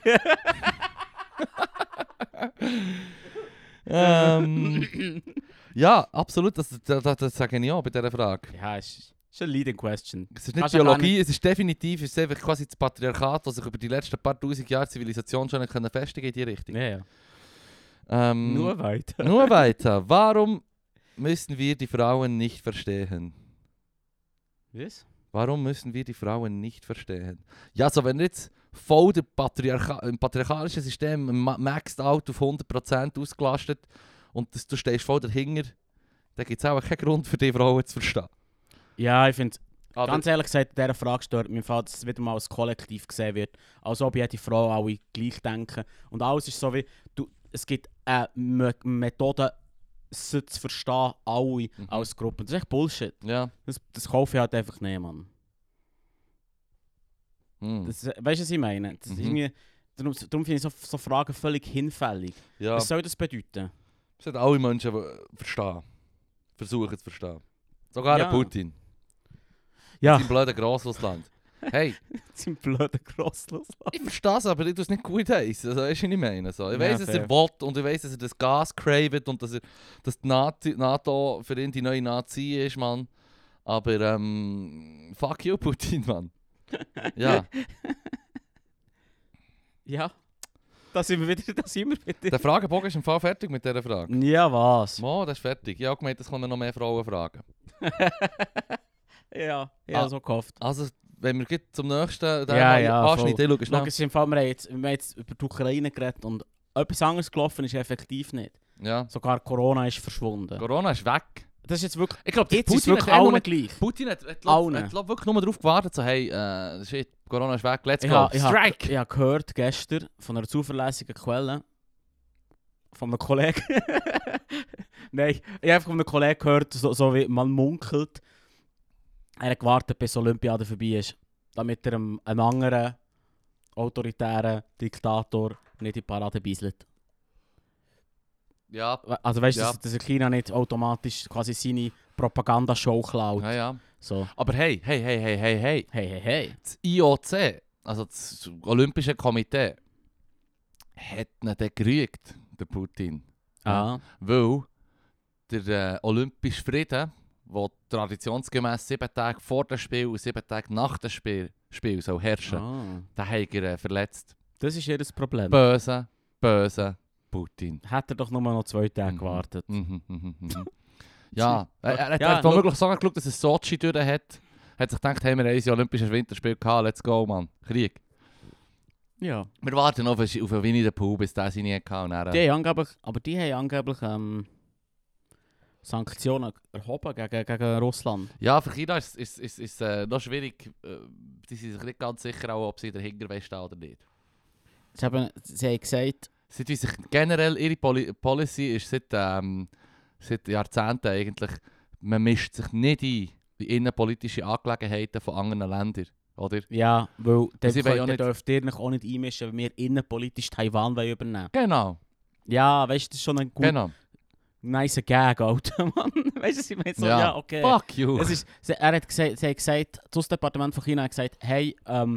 Ja, absolut, das sage ich auch bei dieser Frage. Ja, ist eine leading question. Es ist nicht Kannst du gar Biologie, es ist definitiv es ist einfach quasi das Patriarchat, das sich über die letzten paar tausend Jahre Zivilisation schon können festigen in die Richtung. Ja. Nur, weiter. nur weiter. Warum müssen wir die Frauen nicht verstehen? Was? Warum müssen wir die Frauen nicht verstehen? Ja, so wenn jetzt voll im patriarchalischen System maxed out auf 100% ausgelastet und du stehst voll dahinter, dann gibt es auch keinen Grund für die Frauen zu verstehen. Ja, ich finde, Aber ganz ehrlich gesagt, in dieser Frage stört mich, dass es wieder mal als Kollektiv gesehen wird. Als ob jede Frau alle gleich denken. Und alles ist so wie, es gibt eine Methode, sie zu verstehen, alle als Gruppe. Das ist echt Bullshit. ja. Das kaufe ich halt einfach nicht, Mann. Hm. Weißt du, was ich meine? Das ist irgendwie, darum finde ich so Fragen völlig hinfällig. Ja. Was soll das bedeuten? Das sollten alle Menschen verstehen. Versuchen zu verstehen. Sogar Ja. der Putin. Ja, Sein blöder Grossrussland. Hey, sein blöder Grosslos. ich verstehe es, aber ich tue es nicht gut heißen. Also, weißt du, was ich meine? So, ich Ja, weiss, dass er fair. will und ich weiss, dass er das Gas cravet und dass die NATO für ihn die neue Nazi ist, Mann. Aber fuck you, Putin, Mann. Ja, Ja, da sind wir wieder. der Fragebogen ist im Fall fertig mit dieser Frage. Ja, was? Mo, das ist fertig. Ich habe gemeint, es kommen noch mehr Frauen fragen. Ja, Ah. so gehofft. Also, wenn wir gleich zum nächsten Ja, anschneiden, schau schnell. Schau, es ist im Fall, wir haben jetzt über die Ukraine geredet und etwas anderes gelaufen ist effektiv nicht. Ja. Sogar Corona ist verschwunden. Corona ist weg. Das ist jetzt wirklich, Ich glaube, jetzt ist es wirklich hat allen nur- gleich. Putin hat Allen. wirklich nur darauf gewartet, so hey, shit, Corona ist weg, let's Ich go. habe Strike! hab gehört gestern von einer zuverlässigen Quelle, von einem Kollegen. Nein, ich habe einfach von einem Kollegen gehört, so wie man munkelt, er hat gewartet, bis Olympiade vorbei ist, damit er einem anderen autoritären Diktator nicht in die Parade bisselt. Ja, Also weißt du, Ja. dass China nicht automatisch quasi seine Propagandashow klaut. ja. So, Aber hey. hey. Das IOC, also das Olympische Komitee, hat ihn dann gerügt, der Putin. Ah. Weil der olympische Frieden, der traditionsgemäß 7 Tage vor dem Spiel und 7 Tage nach dem Spiel soll herrschen, den hat er verletzt. Das ist ihr Problem. Böse Putin. Hat er doch nur noch 2 Tage gewartet. Ja, er hat womöglich sogar geschaut, dass er Sochi durch hat. Hat sich gedacht, hey, wir haben ein olympisches Winterspiel gehabt, let's go, Mann. Krieg. Ja. Wir warten noch auf Winnie the Pooh, bis der seine hatte. Und dann, Die haben angeblich Sanktionen erhoben gegen Russland. ja, für China ist es noch schwierig. Die sind sich nicht ganz sicher, auch, ob sie dahinter stehen oder nicht. Sie haben gesagt, Generell ihre Policy ist seit Jahrzehnten eigentlich, man mischt sich nicht ein in innenpolitische Angelegenheiten von anderen Ländern, oder? ja, weil Sie wollen ja dürft ihr euch auch nicht einmischen, wenn wir innenpolitisch Taiwan übernehmen wollen. Genau, Ja, weißt du, das ist schon ein gut, genau. nice Gag, Alter, Mann. Weißt du, was ich meine? So, ja, okay. Fuck you. Sie hat gesagt, das Außendepartement von China hat gesagt, hey,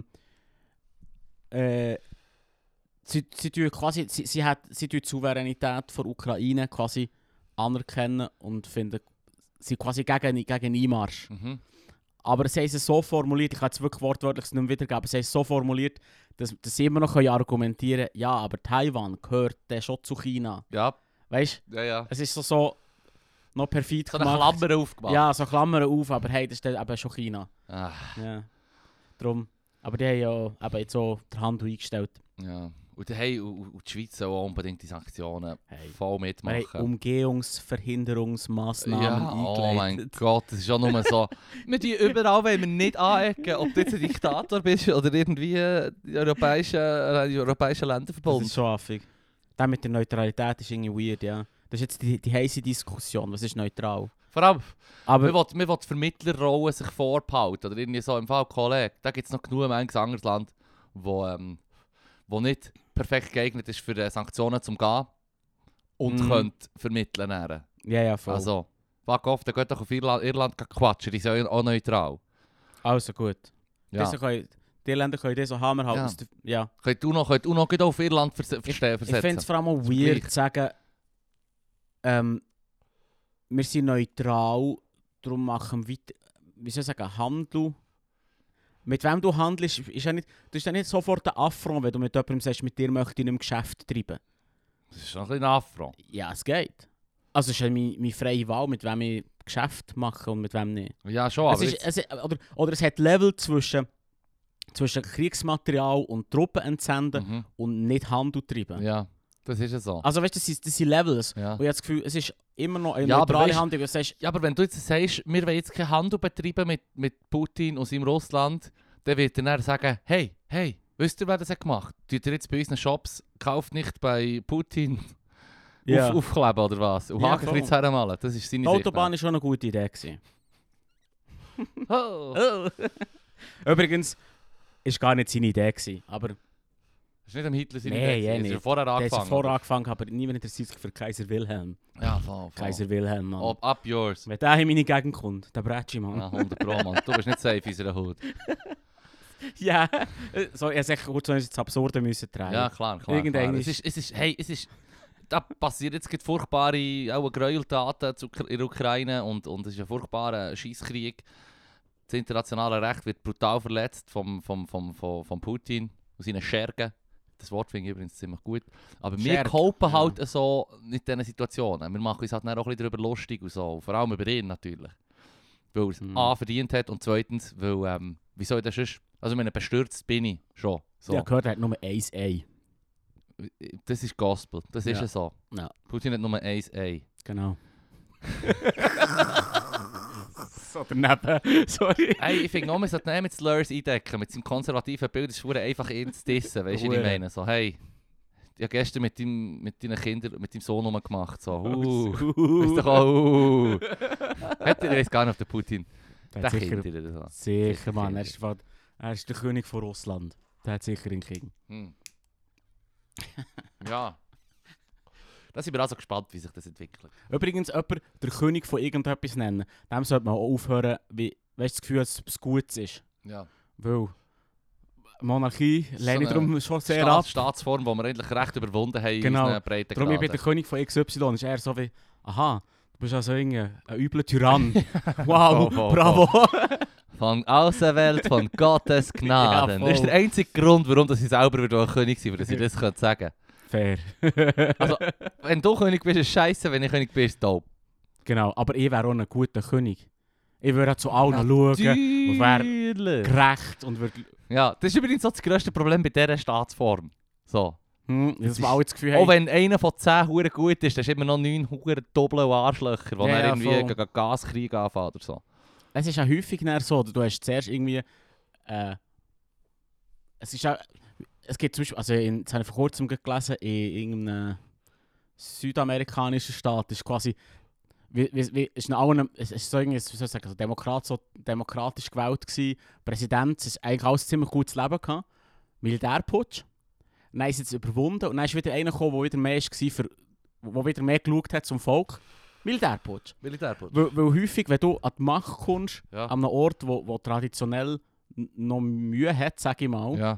sie tun die Souveränität der Ukraine quasi anerkennen und finden, sie quasi gegen Einmarsch. Mhm. Aber sie haben es so formuliert, ich kann es wirklich wortwörtlich nicht wiedergeben, aber sie haben es so formuliert, dass sie immer noch argumentieren können, ja, aber Taiwan gehört dann schon zu China. Ja, Weißt du? ja. Es ist so noch perfid So eine gemacht. Klammer aufgemacht. Ja, so Klammern auf, aber hey, das ist dann eben schon China. Ah, Ja. Drum. Aber die haben ja eben jetzt so die Hand eingestellt. ja. Und die Schweiz soll auch unbedingt die Sanktionen Hey. voll Wir mitmachen. haben Umgehungsverhinderungsmaßnahmen Ja, oh mein eingeleitet. Gott, das ist auch nur so. Wir tun überall, wenn wir nicht anecken, ob du jetzt ein Diktator bist oder irgendwie die europäischen Länder Das verbunden. ist schon affig. Das mit der Neutralität ist irgendwie weird, ja. Das ist jetzt die heisse Diskussion, was ist neutral? Vor allem, Aber man will die Vermittlerrolle sich vorbehalten. Oder irgendwie so im Fall Kollege. Da gibt es noch genug manches anderes Land, wo nicht perfekt geeignet ist für Sanktionen zum Gehen und könnte vermitteln. Dann. ja, voll. Also, fuck off, dann geht doch auf Irland quatschen, die sind ja auch neutral. Also gut. Ja. Die Länder können das so Hammer Ja. halten. Ja. Könnt du noch auf Irland versetzen? Ich finde es vor allem auch Ist weird gleich. zu sagen, wir sind neutral, darum machen wir weiter, wie soll ich sagen, Handel. Mit wem du handelst, ist ja nicht, das ist ja nicht sofort ein Affront, wenn du mit jemandem sagst, mit dir möchte ich nicht im Geschäft treiben. Das ist noch ein bisschen Affront. Ja, es geht. Also es ist ja meine freie Wahl, mit wem ich Geschäft mache und mit wem nicht. Ja, schon, aber Oder es hat Level zwischen Kriegsmaterial und Truppen entsenden und nicht Handel treiben. Ja, das ist ja so. Also weißt du, das sind Levels. Ja. Und ich habe das Gefühl, es ist immer noch eine Ja, aber neutrale weisst- Handlung. Du sagst, Ja, aber wenn du jetzt sagst, wir wollen jetzt keinen Handel betreiben mit Putin und seinem Russland, dann wird er dann sagen, hey, wisst ihr, wer das hat gemacht? Tut ihr jetzt bei unseren Shops, kauft nicht bei Putin aufkleben oder was? Und Ja, Hakenkreuz hermalen, das ist seine die Autobahn war schon eine gute Idee gewesen. Sicht. Oh. Übrigens, ist gar nicht seine Idee gewesen, aber Das ist nicht am Hitler seine Nee, Idee. ja, Er ist nicht. ja vorher der angefangen. hat vorher angefangen, aber niemand interessiert sich für Kaiser Wilhelm. Ja, voll. Kaiser Wilhelm, Mann. Up yours. Wenn der in meine Gegend kommt, dann Bretschi, Mann. Ja, 100 Pro, Mann. Du bist nicht safe in unserer Hut. Ja, so, ich hätte kurz das Absurde müssen drehen. Ja, klar. Irgendein Es ist, da passiert jetzt gerade furchtbare Gräueltaten in der Ukraine und es ist ein furchtbarer Scheisskrieg. Das internationale Recht wird brutal verletzt vom Putin und seinen Schergen. Das Wort finde ich übrigens ziemlich gut. Aber wir Scherg, copen ja. halt so in diesen Situationen. Wir machen uns halt dann auch ein bisschen darüber lustig und so. Vor allem über ihn natürlich. Weil er es A verdient hat und zweitens, weil, wie soll das sonst? Also ich meine, bestürzt bin ich schon. So. Ja, gehört, er hat nur ein Ei. Das ist Gospel, das ist Ja. ja so. Ja. Putin hat nur ein Ei. Genau. So daneben. Sorry. Hey, ich finde, man sollte mit Slurs eindecken, mit seinem konservativen Bild. Das ist verdammt einfach ihn zu dissen, weißt du, was ich meine? So, hey, ich habe gestern mit deinen Kindern, mit deinem Sohn rumgemacht. So, weißt du auch, Hat er jetzt gar nicht auf den Putin? Der Der hat sicher, Kind oder so. sicher, Mann. Er ist der König von Russland. Der hat sicher einen King. Ja. Da sind wir also gespannt, wie sich das entwickelt. Übrigens, jemand der König von irgendetwas nennen, dem sollte man auch aufhören, wie, weißt du, das Gefühl, dass es Gutes ist. Ja. Weil, Monarchie lehne ich So eine darum schon sehr ab. Staatsform, die wir eigentlich recht überwunden haben Genau. in unseren breiten Darum ich bin der König von XY. Ist eher so wie, aha, du bist also ein übler Tyrann. Wow, bravo. Von Außenwelt, von Gottes Gnaden. Ja, Das ist der einzige Grund, warum ich selber wieder König sein dass ich das sagen Fair. Also, wenn du König bist, ist es scheisse, wenn ich König bin, ist es top. Genau, aber ich wäre auch ein guter König. Ich würde zu allen schauen und wäre gerecht und würde... Ja, das ist übrigens so das grösste Problem bei dieser Staatsform. So. dass wir alle das Gefühl Auch haben... wenn einer von 10 Huren gut ist, dann ist immer noch 9 Huren Doppel und Arschlöcher, die Ja, dann ja, irgendwie voll. gegen Gaskrieg anfangen oder so. Es ist ja häufig dann so, du hast zuerst irgendwie... es ist ja... Es gibt zum Beispiel... Also, das habe ich vor kurzem gelesen, in irgendeinem südamerikanischen Staat ist quasi... ist in allen, es ist so irgendwie, wie soll ich sagen, so demokratisch gewählt gewesen. Präsident, es ist eigentlich alles ziemlich gutes Leben gehabt. Militärputsch. Dann ist es jetzt überwunden und dann ist wieder einer gekommen, der wieder mehr war, der wieder mehr geschaut hat zum Volk. Militärputsch. Militärputsch. Weil häufig, wenn du an die Macht kommst, Ja. an einem Ort, wo traditionell noch Mühe hat, sage ich mal, Ja.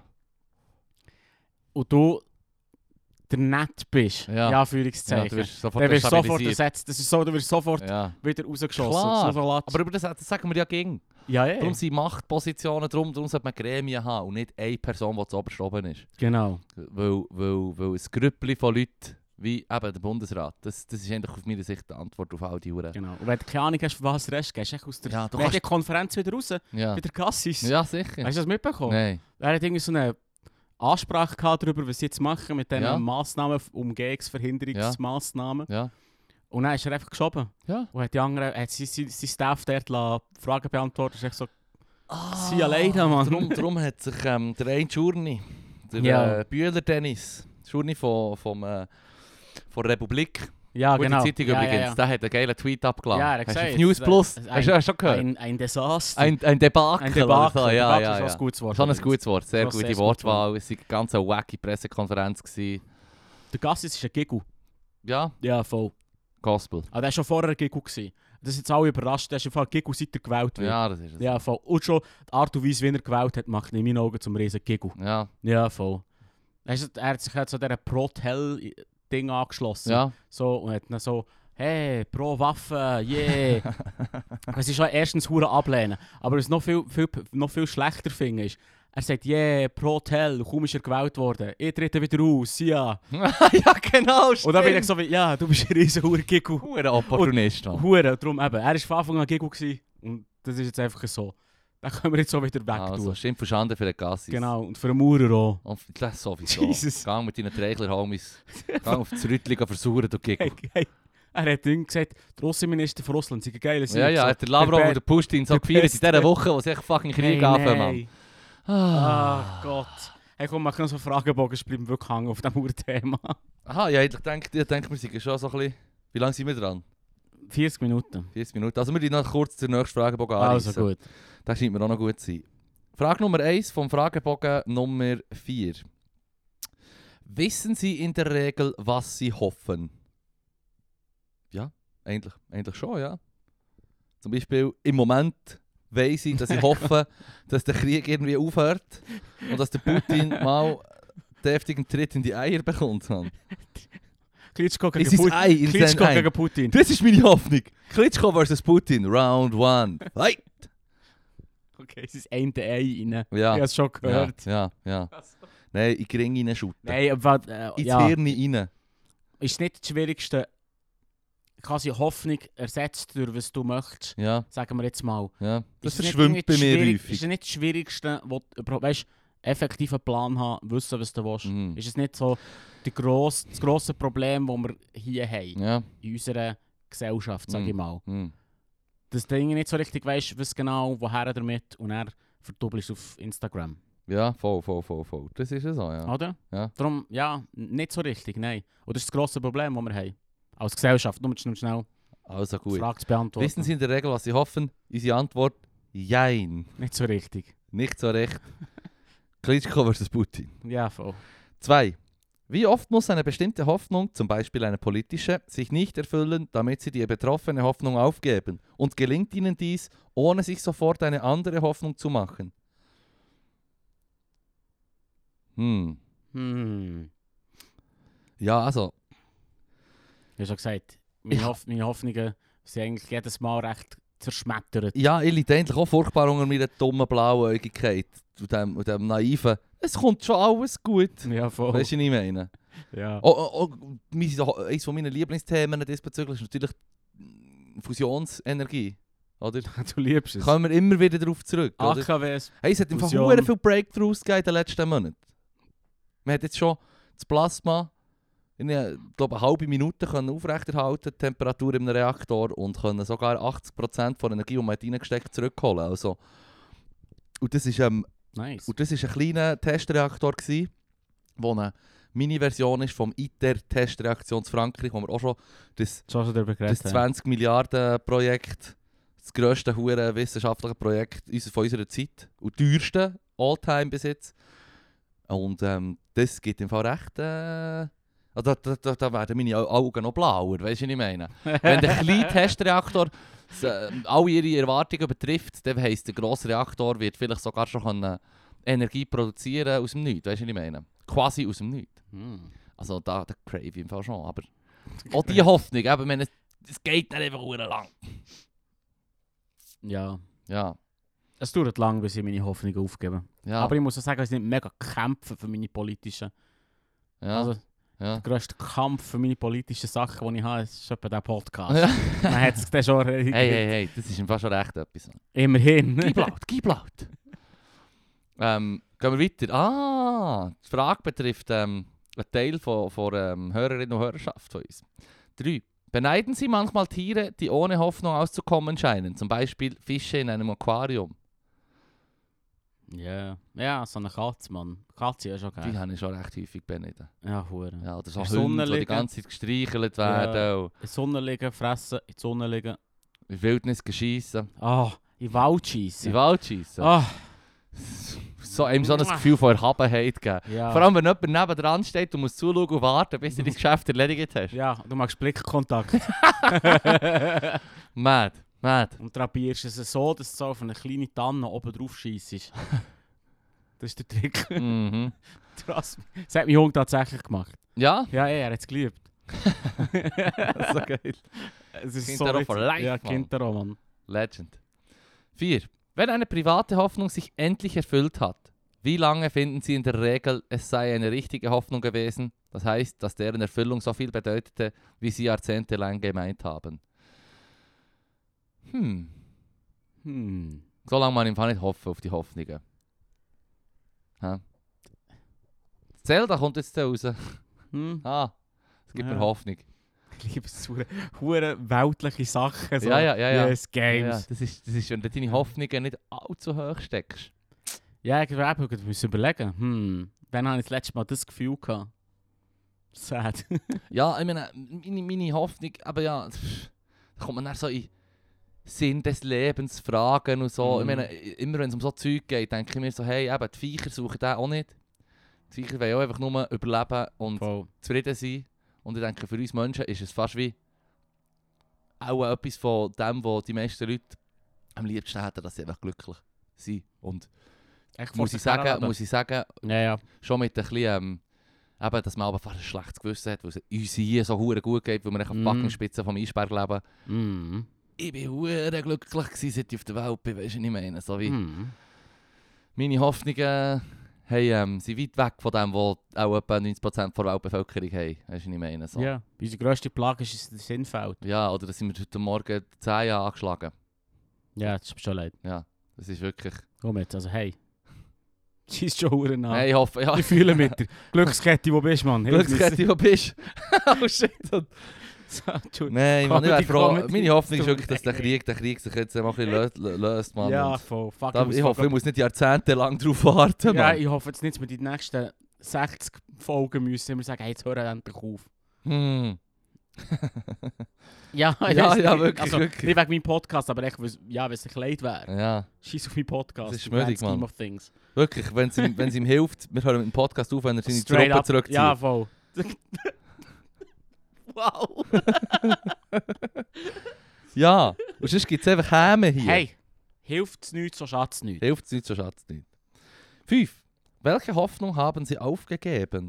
und du der nett bist, Ja. in Ja, Anführungszeichen, du wirst sofort dann wirst du sofort destabilisiert. ersetzt. Das ist so, du wirst sofort Ja. wieder rausgeschossen. Klar. So lässt- Aber über das sagen wir ja gegen. ja, ja. Darum sind Machtpositionen, darum sollte man Gremien haben und nicht eine Person, die zu oberst oben ist. Genau. Weil ein Grüppli von Leuten, wie eben der Bundesrat, das ist eigentlich aus meiner Sicht die Antwort auf all die Uhren. Genau. Und wenn du keine Ahnung hast, was Rest gehst du echt aus der Ja, du kannst- Medienkonferenz wieder raus, Ja. bei der Cassis. Ja, sicher. Hast du das mitbekommen? Nein. Er hat irgendwie so eine Ansprache gehabt darüber, was sie jetzt machen mit diesen Ja. Massnahmen, Umgehungsverhinderungsmaßnahmen. Ja. Und dann ist er einfach geschoben. Ja. Und hat die anderen, hat sein Staff dort Fragen beantwortet. Ist echt so, sie alleine, Mann. Darum hat sich der eine Journey, der Ja. Bühler Dennis, Journey von Republik, ja, gute genau. Zeitung Ja, übrigens, ja, der hat einen geilen Tweet abgeladen. Ja, er hat Hast du gesagt, auf News Plus? ein- Hast du schon gehört? Ein Desaster. Ein Debakel. Ein Debakel. Oder so. Ja, Debakel ja, ist auch ja. ein gutes Wort. Schon ein übrigens. gutes Wort, sehr Schon gute sehr gutes Wortwahl. Es war eine ganz wacky Pressekonferenz gewesen. Der Gassis ist ein Gigu. Ja, Ja, voll. Gospel. Aber der war schon vorher ein Gigu gewesen. Das ist jetzt alle überrascht. Der ist im Fall Gigu, seit er gewählt wird. Ja, das ist es. Ja, voll. Und schon die Art und Weise, wie er gewählt hat, macht in meinen Augen zum riesen Gigu. Ja, Ja, voll. Er hat sich halt so dieser Pro-Tell-Ding angeschlossen. ja. So, und hat dann so, hey, pro Waffe, yeah. Es ist schon erstens hure ablehnen. Aber was noch viel schlechter finde, ist, er sagt, yeah, pro Tell, kaum ist er gewählt worden. Ich trete wieder aus, ja. Ja, genau, stimmt. Und dann bin ich so wie, ja, du bist ein riesen hure Gigu. Ein Opportunist, Mann. Hure, darum eben. Er war von Anfang an Gigu gewesen. Und das ist jetzt einfach so. Da können wir jetzt so wieder weg Also, tun. Schimpf und Schande für den Gassis. Genau, und für den Maurer auch. Und das sowieso. Jesus. Gang mit deinen Trägler-Homies. Gang auf das Rüttli versuchen, du Giggle. Hey. Er hat ihm gesagt, der Außenminister von Russland sei ein geiler Sieg. Ja, ja, So, hat der Lavrov der und der Putin so der gefeiert in Beste. dieser Woche, wo sie echt fucking Krieg anfangen, Mann. Ah, Gott. Hey, komm, mach noch so einen Fragebogen, bleiben wirklich hängen auf diesem Uhr-Thema. Aha, ja, ich denke, wir sind schon so ein bisschen... Wie lange sind wir dran? 40 Minuten. 40 Minuten. Also wir die noch kurz den nächsten Fragebogen Also anreissen. gut. Das scheint mir auch noch gut zu sein. Frage Nummer 1 vom Fragebogen Nummer 4. Wissen Sie in der Regel, was Sie hoffen? Ja, eigentlich schon, ja. Zum Beispiel im Moment weiss ich, dass ich hoffe, dass der Krieg irgendwie aufhört und dass der Putin mal deftigen Tritt in die Eier bekommt. Mann. Klitschko In sein Ei, in sein Klitschko Ei. gegen Putin. Das ist meine Hoffnung. Klitschko vs. Putin, Round 1. Hey! Okay, es ist ein Ei rein. Ja. Ich habe es schon Ja, gehört. ja. Nein, in den Ring reinschuten. Nein, aber Ins ja, Hirn rein. ist nicht das Schwierigste, quasi Hoffnung ersetzt durch was du möchtest, Ja, sagen wir jetzt mal. ja. Das Ist es nicht verschwimmt irgendwie bei mir schwierig- häufig. Ist es nicht das Schwierigste, wo du weißt, effektiv einen Plan haben, wissen, was du willst? Mhm. Ist es nicht so das grosse Problem, das wir hier haben, Ja. in unserer Gesellschaft, sage ich mal? Mhm. Dass du nicht so richtig weißt, was genau, woher damit und er verdoppelst auf Instagram. Ja, voll. Das ist ja so, ja. Oder? Ja. Darum, ja, nicht so richtig, nein. Und das ist das grosse Problem, das wir haben. Als Gesellschaft, nur schnell Also die gut. Frage zu beantworten. Wissen Sie in der Regel, was Sie hoffen? Unsere Antwort: Jein. Nicht so richtig. Nicht so recht. Klitschko vs. Putin. Ja, voll. 2. Wie oft muss eine bestimmte Hoffnung, zum Beispiel eine politische, sich nicht erfüllen, damit Sie die betroffene Hoffnung aufgeben? Und gelingt Ihnen dies, ohne sich sofort eine andere Hoffnung zu machen? Ja, also... Ich habe schon gesagt, meine Hoffnungen sind eigentlich jedes Mal recht zerschmettert. Ja, ich leide eigentlich auch furchtbar unter meiner dummen Blauäugigkeit und dem Naiven. Es kommt schon alles gut. Ja, voll. Weißt du, was ich meine? Ja. Eines von meinen Lieblingsthemen diesbezüglich ist natürlich Fusionsenergie. Oder? Du liebst es. Kommen wir immer wieder darauf zurück. Oder? AKWs. Hey, es hat einfach Fusion. sehr viele Breakthroughs gegeben in den letzten Monaten. Man hat jetzt schon das Plasma in eine halbe Minute können aufrechterhalten, die Temperatur im Reaktor, und können sogar 80% von der Energie, die man reingesteckt hat, zurückholen. Also, und das ist Nice. ein kleiner Testreaktor gsi, wo eine Mini-Version ist vom ITER-Testreaktion in Frankreich, wo wir auch schon das 20 Milliarden Projekt, das grösste hure wissenschaftliche Projekt von unserer Zeit und teuerste All-Time bis jetzt. Und das gibt im Fall recht... Da werden meine Augen noch blauer, weißt du, was ich meine? Wenn der kleine Testreaktor alle ihre Erwartungen übertrifft, dann heisst, der grosse Reaktor wird vielleicht sogar schon Energie produzieren aus dem Nichts, weißt du, was ich meine? Quasi aus dem Nichts. Also da crave ich im Fall schon, aber auch die Hoffnung, eben, wenn es geht nicht einfach sehr lang. Ja. Ja. Es dauert lang, bis ich meine Hoffnungen aufgebe. Ja. Aber ich muss auch sagen, ich nicht mega kämpfen für meine politischen... Ja. Also, ja. der grösste Kampf für meine politischen Sachen, die ich habe, ist etwa dieser Podcast. Ja. Man hat es dann schon... Hey, das ist im Fall schon recht etwas. Immerhin. Gib laut. Gehen wir weiter. Die Frage betrifft einen Teil von Hörerinnen und Hörerschaft von uns. 3. Beneiden Sie manchmal Tiere, die ohne Hoffnung auszukommen scheinen? Zum Beispiel Fische in einem Aquarium. Ja, ja, so eine Katze, Mann. Katze ist schon geil. Die habe ich schon recht häufig beneidet. Ja, hure. Ja, oder so In der Hunde, Sonne die die liegen. ganze Zeit gestreichelt werden. Ja. Und In der Sonne liegen, fressen, in die Sonne liegen. in Wildnis geschiessen. In den Wald schiessen. In den Wald schiessen. So einem so ein Gefühl von Erhabenheit geben. Ja. Vor allem, wenn jemand nebendran steht und muss zuschauen und warten, bis du dein Geschäft erledigt hast. Ja, du machst Blickkontakt. Mad. Und drapierst es so, dass du so auf eine kleine Tanne oben drauf schiessest. Das ist der Trick. Mhm. Das hat mein Junge tatsächlich gemacht. Ja? Ja, er hat es geliebt. So geil. Es ist Kindero for life, Ja, Mann. Kindero, Mann. Legend. 4. Wenn eine private Hoffnung sich endlich erfüllt hat, wie lange finden Sie in der Regel, es sei eine richtige Hoffnung gewesen? Das heißt, dass deren Erfüllung so viel bedeutete, wie Sie jahrzehntelang gemeint haben. So lange man im Fall nicht hoffen auf die Hoffnungen. Ha? Zelda kommt jetzt raus. Es gibt mir Hoffnung. Ich liebe es, hure weltliche Sachen. So. Ja. Yes, Games. Ja, das ist, wenn du deine Hoffnungen nicht allzu hoch steckst. Ja, ich muss überlegen. Wann habe ich das letzte Mal das Gefühl gehabt? Sad. Ja, ich meine, meine Hoffnung, aber ja, da kommt man dann so in Sinn des Lebens, Fragen und so. Ich meine, immer wenn es um so Zeug geht, denke ich mir so, hey, eben, die Viecher suchen den auch nicht. Die Viecher wollen auch einfach nur überleben und zufrieden sein. Und ich denke, für uns Menschen ist es fast wie auch etwas von dem, was die meisten Leute am liebsten hätten, dass sie einfach glücklich sind. Und muss ich sagen, ja. schon mit ein bisschen, eben, dass man aber fast ein schlechtes Gewissen hat, weil es uns hier so hure gut geht, weil wir auf der Backenspitze vom Eisberg leben. Ich war hure glücklich gewesen, seit ich auf der Welt bin, weißt du, was ich meine? So wie meine Hoffnungen sind weit weg von dem, was auch etwa 90% der Weltbevölkerung haben, weißt du, was ich meine? So. Ja, unsere grösste Plage ist das Sinnfeld. Ja, oder da sind wir heute Morgen 10 Jahre angeschlagen. Ja, das ist mir schon leid. Ja, das ist wirklich... Komm jetzt, also hey. Schießt schon hure nach. Hey, ich hoffe, ja. Ich fühle mit dir. Glückskette, wo bist du, Mann? Glückskette, wo bist du? Oh shit. Nein, Mann, ich wäre froh. Meine Hoffnung ist wirklich, dass der Krieg sich jetzt mal ein bisschen löst, Mann. Ja, voll. Fuck, ich hoffe, ich muss nicht jahrzehntelang darauf warten, Mann. Ja, ich hoffe jetzt nicht, dass wir die nächsten 60 Folgen müssen immer sagen, hey, jetzt hör endlich auf. Ja, wirklich, also, wirklich. Nicht wegen meinem Podcast, aber echt, wenn es sich leid wäre. Ja. Scheiß auf meinen Podcast. Das ist schwierig, Mann. Of things. Wirklich, wenn es ihm hilft, wir hören mit dem Podcast auf, wenn er seine Straight Truppe up. zurückzieht. Ja, voll. Wow. Ja, und sonst gibt es einfach Häme hier. Hey, hilft es nichts, so schadet es nichts. Hilft es nicht, so schadet es nicht. 5. Welche Hoffnung haben Sie aufgegeben?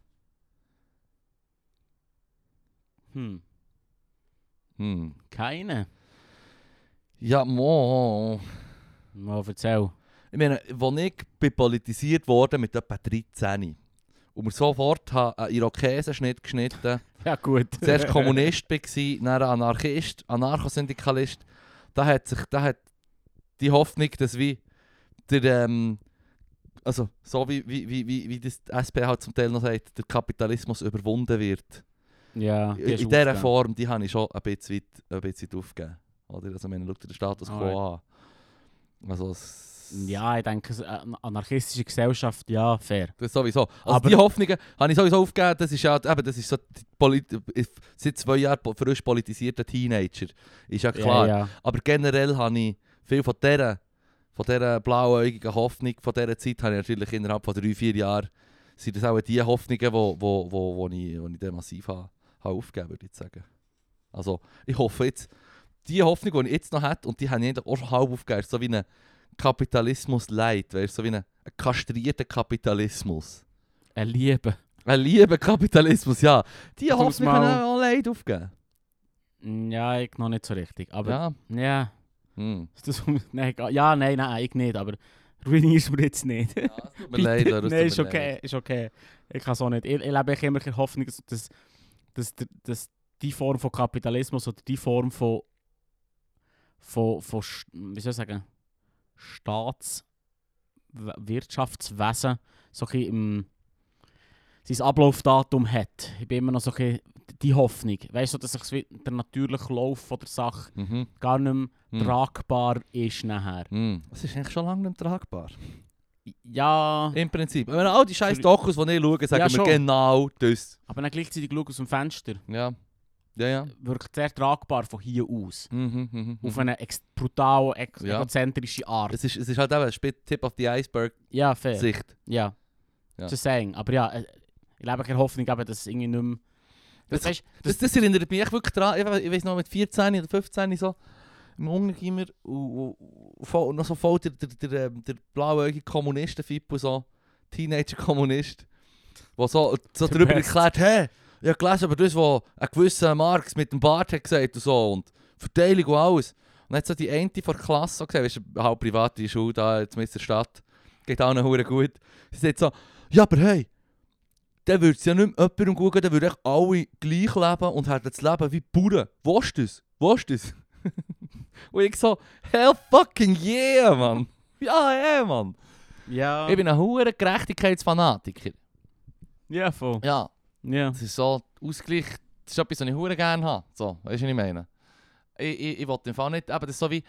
Keine. Ja, mo. Mal erzähl. Ich meine, als ich bin politisiert wurde mit etwa 13 und mir sofort einen Irokesenschnitt geschnitten, Ja gut. zuerst Kommunist war, dann Anarchist, Anarchosyndikalist, da hat die Hoffnung, dass wie der, also so wie das die SP halt zum Teil noch sagt, der Kapitalismus überwunden wird. Ja, die hast In du dieser aufgegeben. Form, die habe ich schon ein bisschen weit aufgegeben. Oder? Also, ich meine, schau dir den Status quo an. Also, Ja, ich denke, eine anarchistische Gesellschaft, ja, fair. das sowieso. Also Aber- die Hoffnungen habe ich sowieso aufgegeben. Das ist ja eben, das ist so seit 2 Jahren frisch politisierter Teenager. Ist ja klar. Ja, ja. Aber generell habe ich viel von dieser blauäugigen Hoffnung, von dieser Zeit, habe ich natürlich innerhalb von 3-4 Jahren, sind das auch die Hoffnungen, wo ich dann massiv habe aufgegeben, würde ich sagen. Also ich hoffe jetzt, die Hoffnung, die ich jetzt noch habe, und die habe ich eigentlich auch schon halb aufgegeben, ist so wie ein Kapitalismus-Light, weißt du, so wie ein kastrierter Kapitalismus. Eine Liebe. Ein lieber Kapitalismus, ja. Die Das muss Hoffnung kann ich mal- auch Leid aufgeben. Ja, ich noch nicht so richtig. Aber Ja. ja. Hm. Ist das, nein, ich nicht, aber ruinierst du mir jetzt nicht. Ja, es tut mir leid, Leute, es Nein, tut ist mir okay, leid. ist okay. Ich kann es auch nicht. Ich lebe echt immer in der Hoffnung, dass die Form von Kapitalismus oder die Form von wie soll ich sagen, Wirtschaftswesen so ein bisschen sein Ablaufdatum hat. Ich bin immer noch so ein bisschen die Hoffnung. Weißt du, dass sich der natürliche Lauf von der Sache Mhm. gar nicht mehr Hm. tragbar ist nachher. Hm. Es ist eigentlich schon lange nicht mehr tragbar. Ja, Im Prinzip. Wenn all die scheiß Dokus, die ich schaue, sagen Ja, wir schon. genau das. aber dann gleichzeitig schau aus dem Fenster. Ja. Ja, ja. Wirkt sehr tragbar von hier aus. Auf Mhm. eine brutal Ja. egozentrische Art. Es ist halt eben ein Tip of the Iceberg-Sicht. Ja, fair. Ja. Ja. Just saying. Aber ja, ich lebe keine Hoffnung, eben, dass es irgendwie nicht mehr... Das- Weißt, Das erinnert mich echt wirklich daran, ich weiß noch, mit 14 oder 15 so, im Untergimmer und noch so voll der blauäugige Kommunisten-Fippo, so Teenager-Kommunist, der so Der darüber Best. erklärt, hey, ich habe gelesen über das, was ein gewisser Marx mit dem Bart hat gesagt und so, und Verteilung und alles. Und dann hat so die eine von der Klasse so gesagt, weißt du, eine halb private Schule da in der Stadt, geht auch noch verdammt gut. Sie sagt so, ja, aber hey, dann würde es ja nicht mehr jemandem gut gehen, dann würden echt alle gleich leben und hätten das Leben wie Bauern. Willst du das? Willst du das? Und ich so, hell fucking yeah, Mann. Ja, yeah, Mann. ja. Ich bin ein hoher Gerechtigkeitsfanatiker. Ja, voll. Ja, Ja. das ist so Ausgleich, das ist etwas, was ich hure gerne habe. So, weißt du, was ich meine? Ich will im Fall nicht, aber das ist so wie,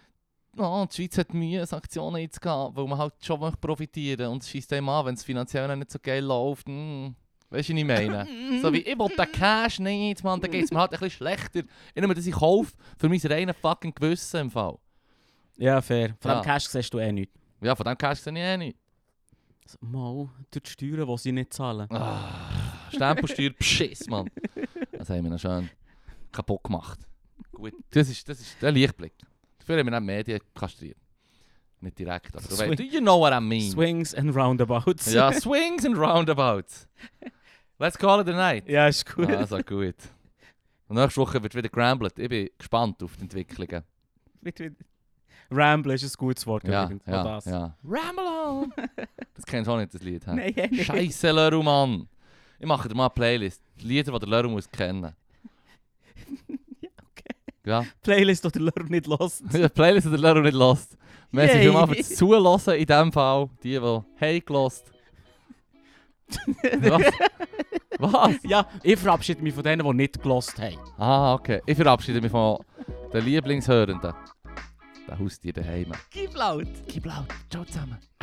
oh, die Schweiz hat Mühe, Sanktionen einzugehen, weil man halt schon möchte profitieren und es scheisst einem an, wenn es finanziell nicht so geil läuft. Weißt du, was ich meine? So wie, ich will den Cash nicht, Mann, dann geht es mir halt ein bisschen schlechter. Ich nehme das ich kaufe für mein reines fucking Gewissen im Fall. Ja, fair. Von Ja. dem Cash siehst du eh nichts. Ja, von dem Cash sehe ich eh nicht. So, mal, durch die Steuern, die sie nicht zahlen. Stempelsteuer, Beschiss, Mann. Das haben wir noch schön kaputt gemacht. Gut, das ist der Lichtblick. Dafür haben wir nicht die Medien kastriert. Nicht direkt, aber du weißt, you know what I mean. Swings and Roundabouts. Ja, swings and roundabouts. Let's call it a night. Ja, ist gut. Also gut. Und nächste Woche wird wieder gerambelt. Ich bin gespannt auf die Entwicklungen. Ramble ist ein gutes Wort Ja, übrigens. Auch ja, das. ja. Ramble on! Das kennst du auch nicht, das Lied. He? Nein, nicht. Scheisse Leru, Mann. Ich mache dir mal eine Playlist. Die Lieder, die der Leru muss kennen. Ja, okay. Ja. Playlist, die der Lehrer nicht lost. Die Playlist, die der Leru nicht lost. Merci Yay. vielmals fürs Zuhören in diesem Fall. Die hey gelost. Was? Was? Ja, ich verabschiede mich von denen, die nicht gelost haben. Ah, okay. Ich verabschiede mich von den Lieblingshörenden. Der Haustier daheim. Gib laut. Gib laut. Ciao zusammen.